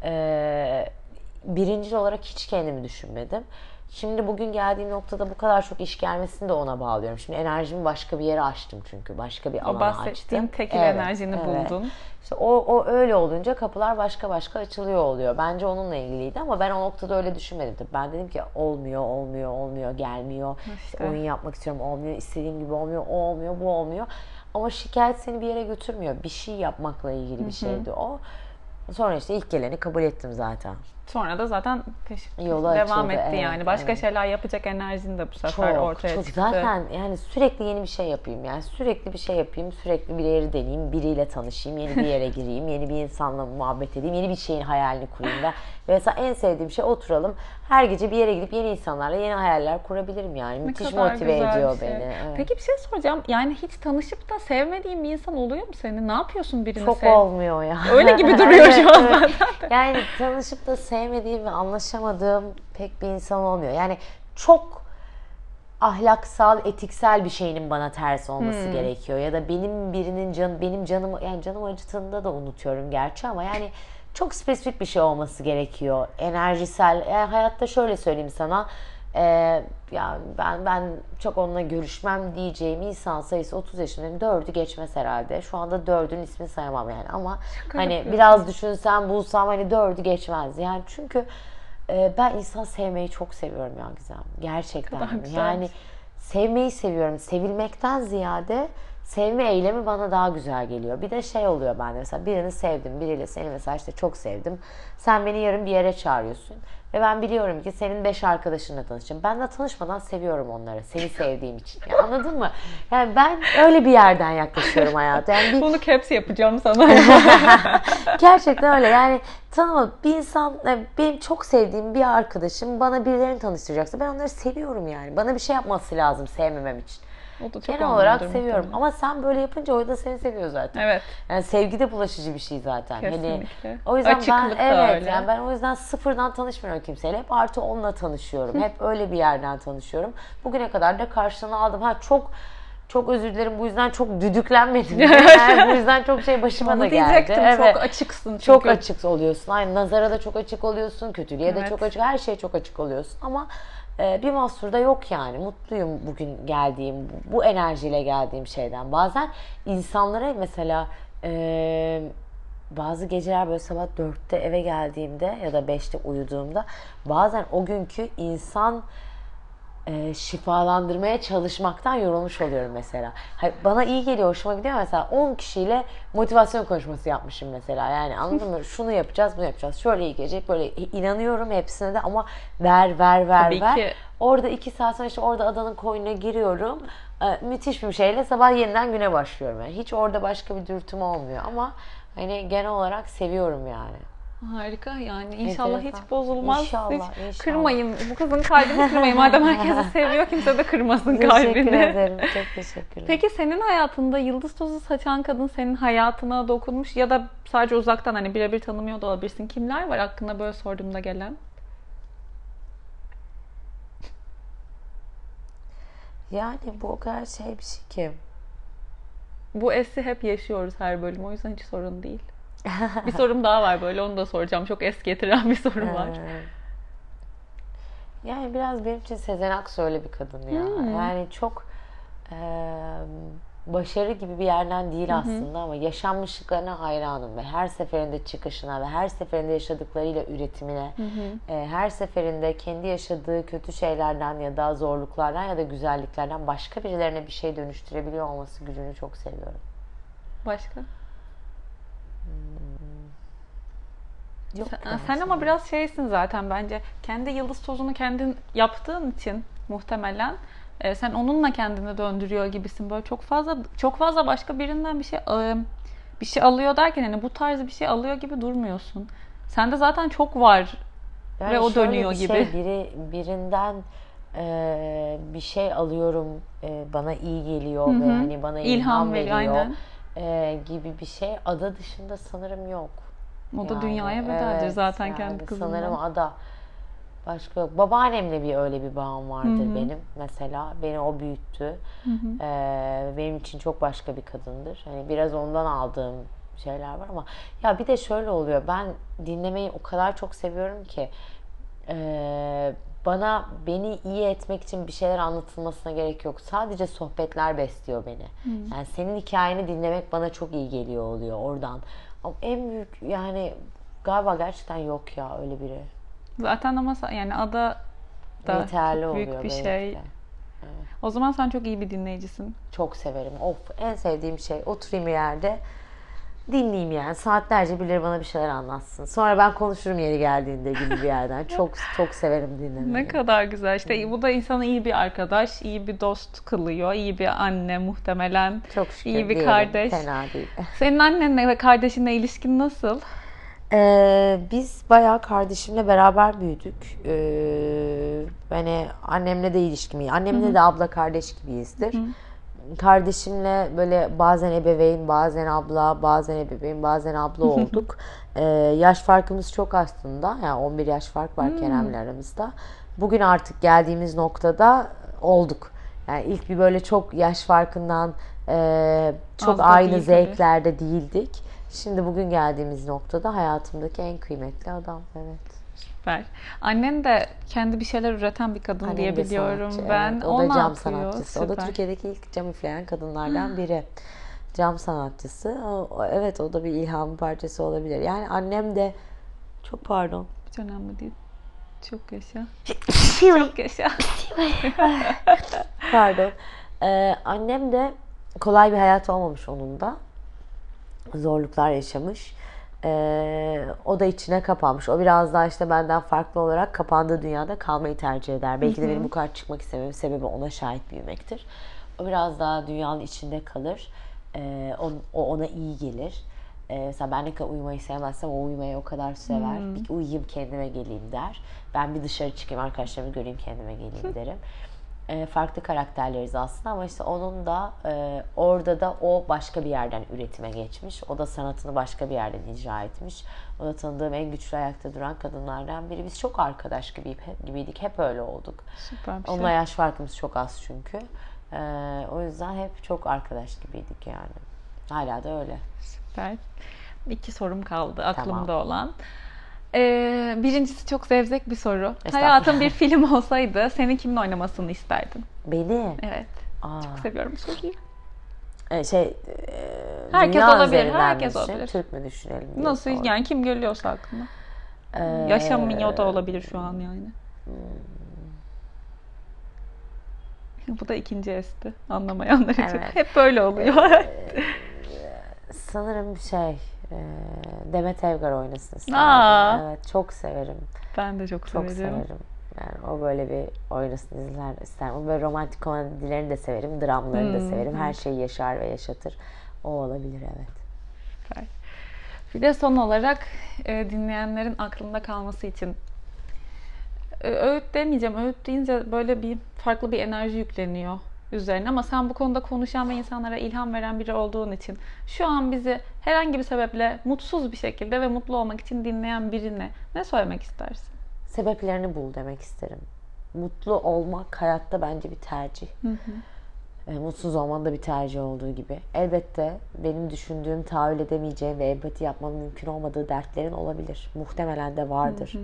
Birincil olarak hiç kendimi düşünmedim. Şimdi bugün geldiğim noktada bu kadar çok iş gelmesini de ona bağlıyorum. Şimdi enerjimi başka bir yere açtım çünkü. Başka bir O alana bahsettiğin açtım. tekil Evet, enerjini evet. buldun. İşte o öyle olunca kapılar başka başka açılıyor oluyor. Bence onunla ilgiliydi ama ben o noktada öyle düşünmedim. Tabii ben dedim ki olmuyor, gelmiyor. İşte. Oyun yapmak istiyorum, olmuyor. İstediğim gibi olmuyor, o olmuyor, bu olmuyor. Ama şikayet seni bir yere götürmüyor. Bir şey yapmakla ilgili bir şeydi o. Sonra işte ilk geleni kabul ettim zaten. Sonra da zaten Yola devam açıldı, etti evet, yani. Başka evet. şeyler yapacak enerjin de bu sefer ortaya Çok çıktı. zaten yani sürekli yeni bir şey yapayım yani sürekli bir şey yapayım, sürekli bir yeri deneyeyim, biriyle tanışayım, yeni bir yere gireyim, yeni bir insanla muhabbet edeyim, yeni bir şeyin hayalini kurayım da mesela en sevdiğim şey oturalım her gece bir yere gidip yeni insanlarla yeni hayaller kurabilirim yani. Ne Müthiş kadar motive güzel ediyor bir şey. beni. Evet. Peki bir şey soracağım. Yani hiç tanışıp da sevmediğin bir insan oluyor mu senin? Ne yapıyorsun birini Çok sev? olmuyor ya. Öyle gibi duruyor şu an Evet. zaten. Yani tanışıp da sevmediğim ve anlaşamadığım pek bir insan olmuyor. Yani çok ahlaksal, etiksel bir şeyinin bana ters olması gerekiyor. Ya da benim canımı yani canım acıtığında da unutuyorum gerçi ama yani çok spesifik bir şey olması gerekiyor. Enerjisel. Yani hayatta şöyle söyleyeyim sana. Yani ben çok onunla görüşmem diyeceğim insan sayısı 30 yaşındayım. 4'ü geçmez herhalde. Şu anda 4'ün ismini sayamam yani ama hani yapıyorsun. biraz düşünsem bulsam hani 4'ü geçmez. Yani çünkü ben insan sevmeyi çok seviyorum ya Gizem. Gerçekten. kadar güzel. Yani sevmeyi seviyorum. Sevilmekten ziyade sevme eylemi bana daha güzel geliyor. Bir de şey oluyor bende mesela birini sevdim. Biriyle seni mesela işte çok sevdim. Sen beni yarın bir yere çağırıyorsun. Ve ben biliyorum ki senin 5 arkadaşınla tanışacağım. Ben de tanışmadan seviyorum onları. Seni sevdiğim için. Ya anladın mı? Yani ben öyle bir yerden yaklaşıyorum hayata. Yani Bunu caps yapacağım sana. gerçekten öyle yani tanıma bir insan benim çok sevdiğim bir arkadaşım bana birilerini tanıştıracaksa ben onları seviyorum yani. Bana bir şey yapması lazım sevmemem için. O da çok Genel olarak anlamlıdır seviyorum muhtemelen. ama sen böyle yapınca o da seni seviyor zaten. Evet. Yani sevgi de bulaşıcı bir şey zaten. Kesinlikle. Hani, o yüzden Açıklık da evet öyle. yani ben o yüzden sıfırdan tanışmıyorum kimseyle. Hep artı 10'la tanışıyorum. Hep öyle bir yerden tanışıyorum. Bugüne kadar da karşılığını aldım. Çok özür dilerim bu yüzden çok düdüklenmedim. Yani bu yüzden çok şey başıma da Onu geldi. diyecektim. Evet. Çok açıksın çünkü. Çok açık oluyorsun. Aynı nazara da çok açık oluyorsun. Kötülüğe de Evet. çok açık. Her şeye çok açık oluyorsun. Ama bir mahsur da yok yani. Mutluyum bugün geldiğim, bu enerjiyle geldiğim şeyden. Bazen insanlara mesela bazı geceler böyle sabah 4'te eve geldiğimde ya da 5'te uyuduğumda bazen o günkü insan şifalandırmaya çalışmaktan yorulmuş oluyorum mesela. Hayır, bana iyi geliyor, hoşuma gidiyor mesela 10 kişiyle motivasyon konuşması yapmışım mesela. Yani anladın mı? Şunu yapacağız, bunu yapacağız. Şöyle iyi gelecek, böyle inanıyorum hepsine de ama ver. Tabii ki. Orada 2 saat sonra işte orada adanın koyuna giriyorum. Müthiş bir şeyle sabah yeniden güne başlıyorum. Yani hiç orada başka bir dürtüm olmuyor ama hani genel olarak seviyorum yani. Harika, yani inşallah Enteresan. hiç bozulmaz. İnşallah, Hiç inşallah. kırmayın. Bu kızın kalbini kırmayın. Madem herkesi seviyor, kimse de kırmasın Teşekkür kalbini. ederim. Çok teşekkürler. Peki senin hayatında yıldız tozu saçan kadın senin hayatına dokunmuş ya da sadece uzaktan hani birebir tanımıyor da olabilirsin. Kimler var hakkında böyle sorduğumda gelen? Yani bu o kadar şey bir şey ki. Bu essi hep yaşıyoruz her bölüm. O yüzden hiç sorun değil. Bir sorum daha var böyle, onu da soracağım. Çok es getiren bir sorum var. Yani biraz benim için Sezen Aksu öyle bir kadın ya. Yani çok başarı gibi bir yerden değil aslında ama yaşanmışlıklarına hayranım ve her seferinde çıkışına ve her seferinde yaşadıklarıyla üretimine, her seferinde kendi yaşadığı kötü şeylerden ya da zorluklardan ya da güzelliklerden başka birilerine bir şey dönüştürebiliyor olması gücünü çok seviyorum. Başka? Yok Sen ama biraz şeysin zaten bence. Kendi yıldız tozunu kendin yaptığın için muhtemelen sen onunla kendini döndürüyor gibisin. Böyle çok fazla başka birinden bir şey alıyor derken hani bu tarz bir şey alıyor gibi durmuyorsun. Sende zaten çok var yani ve o şöyle dönüyor bir gibi. Birinden bir şey alıyorum, bana iyi geliyor ve hani bana ilham veriyor aynen. Gibi bir şey ada dışında sanırım yok. O da Yani, dünyaya bedeldir zaten yani kendi kızından. sanırım ada başka yok. Babaannemle öyle bir bağım vardır benim mesela. Beni o büyüttü. Benim için çok başka bir kadındır. Hani biraz ondan aldığım şeyler var ama ya bir de şöyle oluyor. Ben dinlemeyi o kadar çok seviyorum ki beni iyi etmek için bir şeyler anlatılmasına gerek yok. Sadece sohbetler besliyor beni. Yani senin hikayeni dinlemek bana çok iyi geliyor oluyor oradan. Ama en büyük yani galiba gerçekten yok ya öyle biri. Zaten ama yani ada da Yeterli çok büyük oluyor bir belki şey. de. O zaman sen çok iyi bir dinleyicisin. Çok severim. Of, en sevdiğim şey oturayım bir yerde dinleyeyim yani. Saatlerce birileri bana bir şeyler anlatsın. Sonra ben konuşurum yeri geldiğinde gibi bir yerden. Çok çok severim dinlemeyi. Ne kadar güzel. İşte bu da insanı iyi bir arkadaş, iyi bir dost kılıyor, iyi bir anne muhtemelen, Çok şükür iyi bir diyelim. kardeş. Fena değil. Senin annenle ve kardeşinle ilişkin nasıl? Biz bayağı kardeşimle beraber büyüdük. Hani annemle de ilişkim iyi. Annemle de abla kardeş gibiyizdir. Kardeşimle böyle bazen ebeveyn, bazen abla, bazen ebeveyn, bazen abla olduk. Yaş farkımız çok aslında. Yani 11 yaş fark var Kerem'le aramızda. Bugün artık geldiğimiz noktada olduk. Yani ilk bir böyle çok yaş farkından çok aynı değil zevklerde değildik. Şimdi bugün geldiğimiz noktada hayatımdaki en kıymetli adam. Evet. Süper. Annen de kendi bir şeyler üreten bir kadın Annem diye de biliyorum sanatçı, ben. evet. O O da ne cam yapıyor? sanatçısı. O da Süper. Türkiye'deki ilk cam üfleyen kadınlardan biri. Cam sanatçısı. Evet, o da bir ilham parçası olabilir. Yani annem de çok pardon. Hiç önemli değil. Çok yaşa. Çok Çok yaşa. Pardon. Annem de kolay bir hayat olmamış onun da. Zorluklar yaşamış. O da içine kapanmış. O biraz daha işte benden farklı olarak kapandığı dünyada kalmayı tercih eder. Belki de benim bu kadar çıkmak istememin sebebi ona şahit büyümektir. O biraz daha dünyanın içinde kalır. O ona iyi gelir. Mesela ben ne kadar uyumayı sevmezsem o uyumayı o kadar sever. Bir uyuyayım kendime geleyim der. Ben bir dışarı çıkayım, arkadaşlarımı göreyim, kendime geleyim derim. Farklı karakterleriz aslında ama işte onun da orada da o başka bir yerden üretime geçmiş. O da sanatını başka bir yerden icra etmiş. O da tanıdığım en güçlü ayakta duran kadınlardan biri. Biz çok arkadaş gibiydik. Hep öyle olduk. Süper bir şey. Onunla yaş farkımız çok az çünkü. O yüzden hep çok arkadaş gibiydik yani. Hala da öyle. Süper. 2 sorum kaldı aklımda Tamam. olan. Birincisi çok zevzek bir soru. Estağfurullah. Hayatın bir film olsaydı senin kimin oynamasını isterdin? Beni? Evet. Aa, Çok seviyorum bu soruyu. Herkes dünya olabilir, üzerinden herkes mi düşünelim, olabilir. Türk mü düşünelim diye Nasıl sordum. yani, kim geliyorsa aklına. Yaşamıyor da olabilir şu an yani. Bu da ikinci esti anlamayanlar için. Evet. Hep böyle oluyor. Sanırım Demet Evgar oynasın isterdim. Aa. Evet, çok severim. Ben de çok Çok severim. severim. Yani o böyle bir oynasın isterim. O böyle romantik komedilerini de severim, dramlarını da severim. Her şeyi yaşar ve yaşatır. O olabilir, evet. Süper. Bir de son olarak dinleyenlerin aklında kalması için öğüt demeyeceğim. Öğüt deyince böyle bir farklı bir enerji yükleniyor üzerine, ama sen bu konuda konuşan ve insanlara ilham veren biri olduğun için şu an bizi herhangi bir sebeple mutsuz bir şekilde ve mutlu olmak için dinleyen birine ne söylemek istersin? Sebeplerini bul demek isterim. Mutlu olmak hayatta bence bir tercih. Mutsuz olmanın da bir tercih olduğu gibi. Elbette benim düşündüğüm, tahayyül edemeyeceğim ve empati yapmam mümkün olmadığı dertlerin olabilir. Muhtemelen de vardır.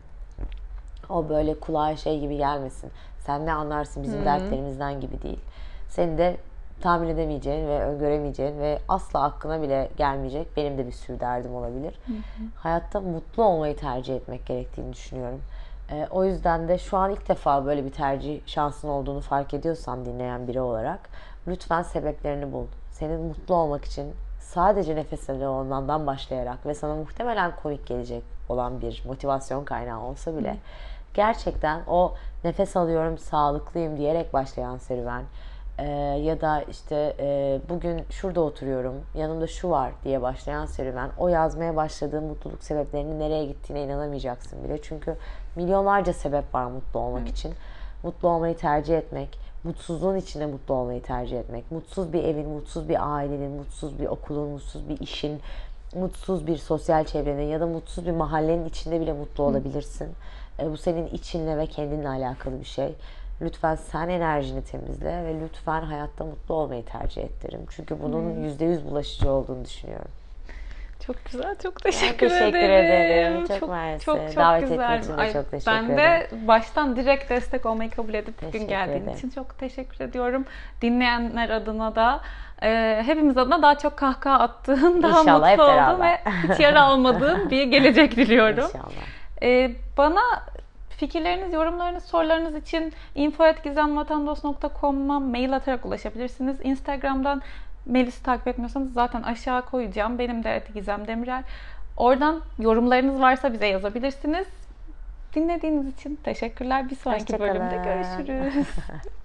O böyle kulağa şey gibi gelmesin. Sen ne anlarsın bizim dertlerimizden gibi değil. Senin de tahmin edemeyeceğin ve öngöremeyeceğin ve asla aklına bile gelmeyecek benim de bir sürü derdim olabilir. Hayatta mutlu olmayı tercih etmek gerektiğini düşünüyorum. O yüzden de şu an ilk defa böyle bir tercih şansın olduğunu fark ediyorsan dinleyen biri olarak lütfen sebeplerini bul. Senin mutlu olmak için sadece nefes alıyor olmandan başlayarak ve sana muhtemelen komik gelecek olan bir motivasyon kaynağı olsa bile gerçekten o nefes alıyorum, sağlıklıyım diyerek başlayan serüven ya da işte bugün şurada oturuyorum, yanımda şu var diye başlayan serüven, o yazmaya başladığın mutluluk sebeplerinin nereye gittiğine inanamayacaksın bile. Çünkü milyonlarca sebep var mutlu olmak için. Mutlu olmayı tercih etmek, mutsuzluğun içinde mutlu olmayı tercih etmek, mutsuz bir evin, mutsuz bir ailenin, mutsuz bir okulun, mutsuz bir işin, mutsuz bir sosyal çevrenin ya da mutsuz bir mahallenin içinde bile mutlu olabilirsin. Bu senin içinle ve kendinle alakalı bir şey. Lütfen sen enerjini temizle ve lütfen hayatta mutlu olmayı tercih et derim. Çünkü bunun %100 bulaşıcı olduğunu düşünüyorum. Çok güzel, çok teşekkür ederim. Çok Çok mersi. çok Davet güzel. ettiğin için de çok teşekkür Ben de baştan direkt destek olmayı kabul edip bugün Teşekkür geldiğin ederim. için çok teşekkür ediyorum. Dinleyenler adına da hepimiz adına daha çok kahkaha attığım, daha İnşallah hep mutlu olduğum beraber. ve hiç yara almadığım bir gelecek diliyorum. İnşallah. Bana fikirleriniz, yorumlarınız, sorularınız için info@gizemvatandos.com'a mail atarak ulaşabilirsiniz. Instagram'dan Melis'i takip etmiyorsanız zaten aşağı koyacağım. Benim de @Gizem Demirel. Oradan yorumlarınız varsa bize yazabilirsiniz. Dinlediğiniz için teşekkürler. Bir sonraki bölümde görüşürüz.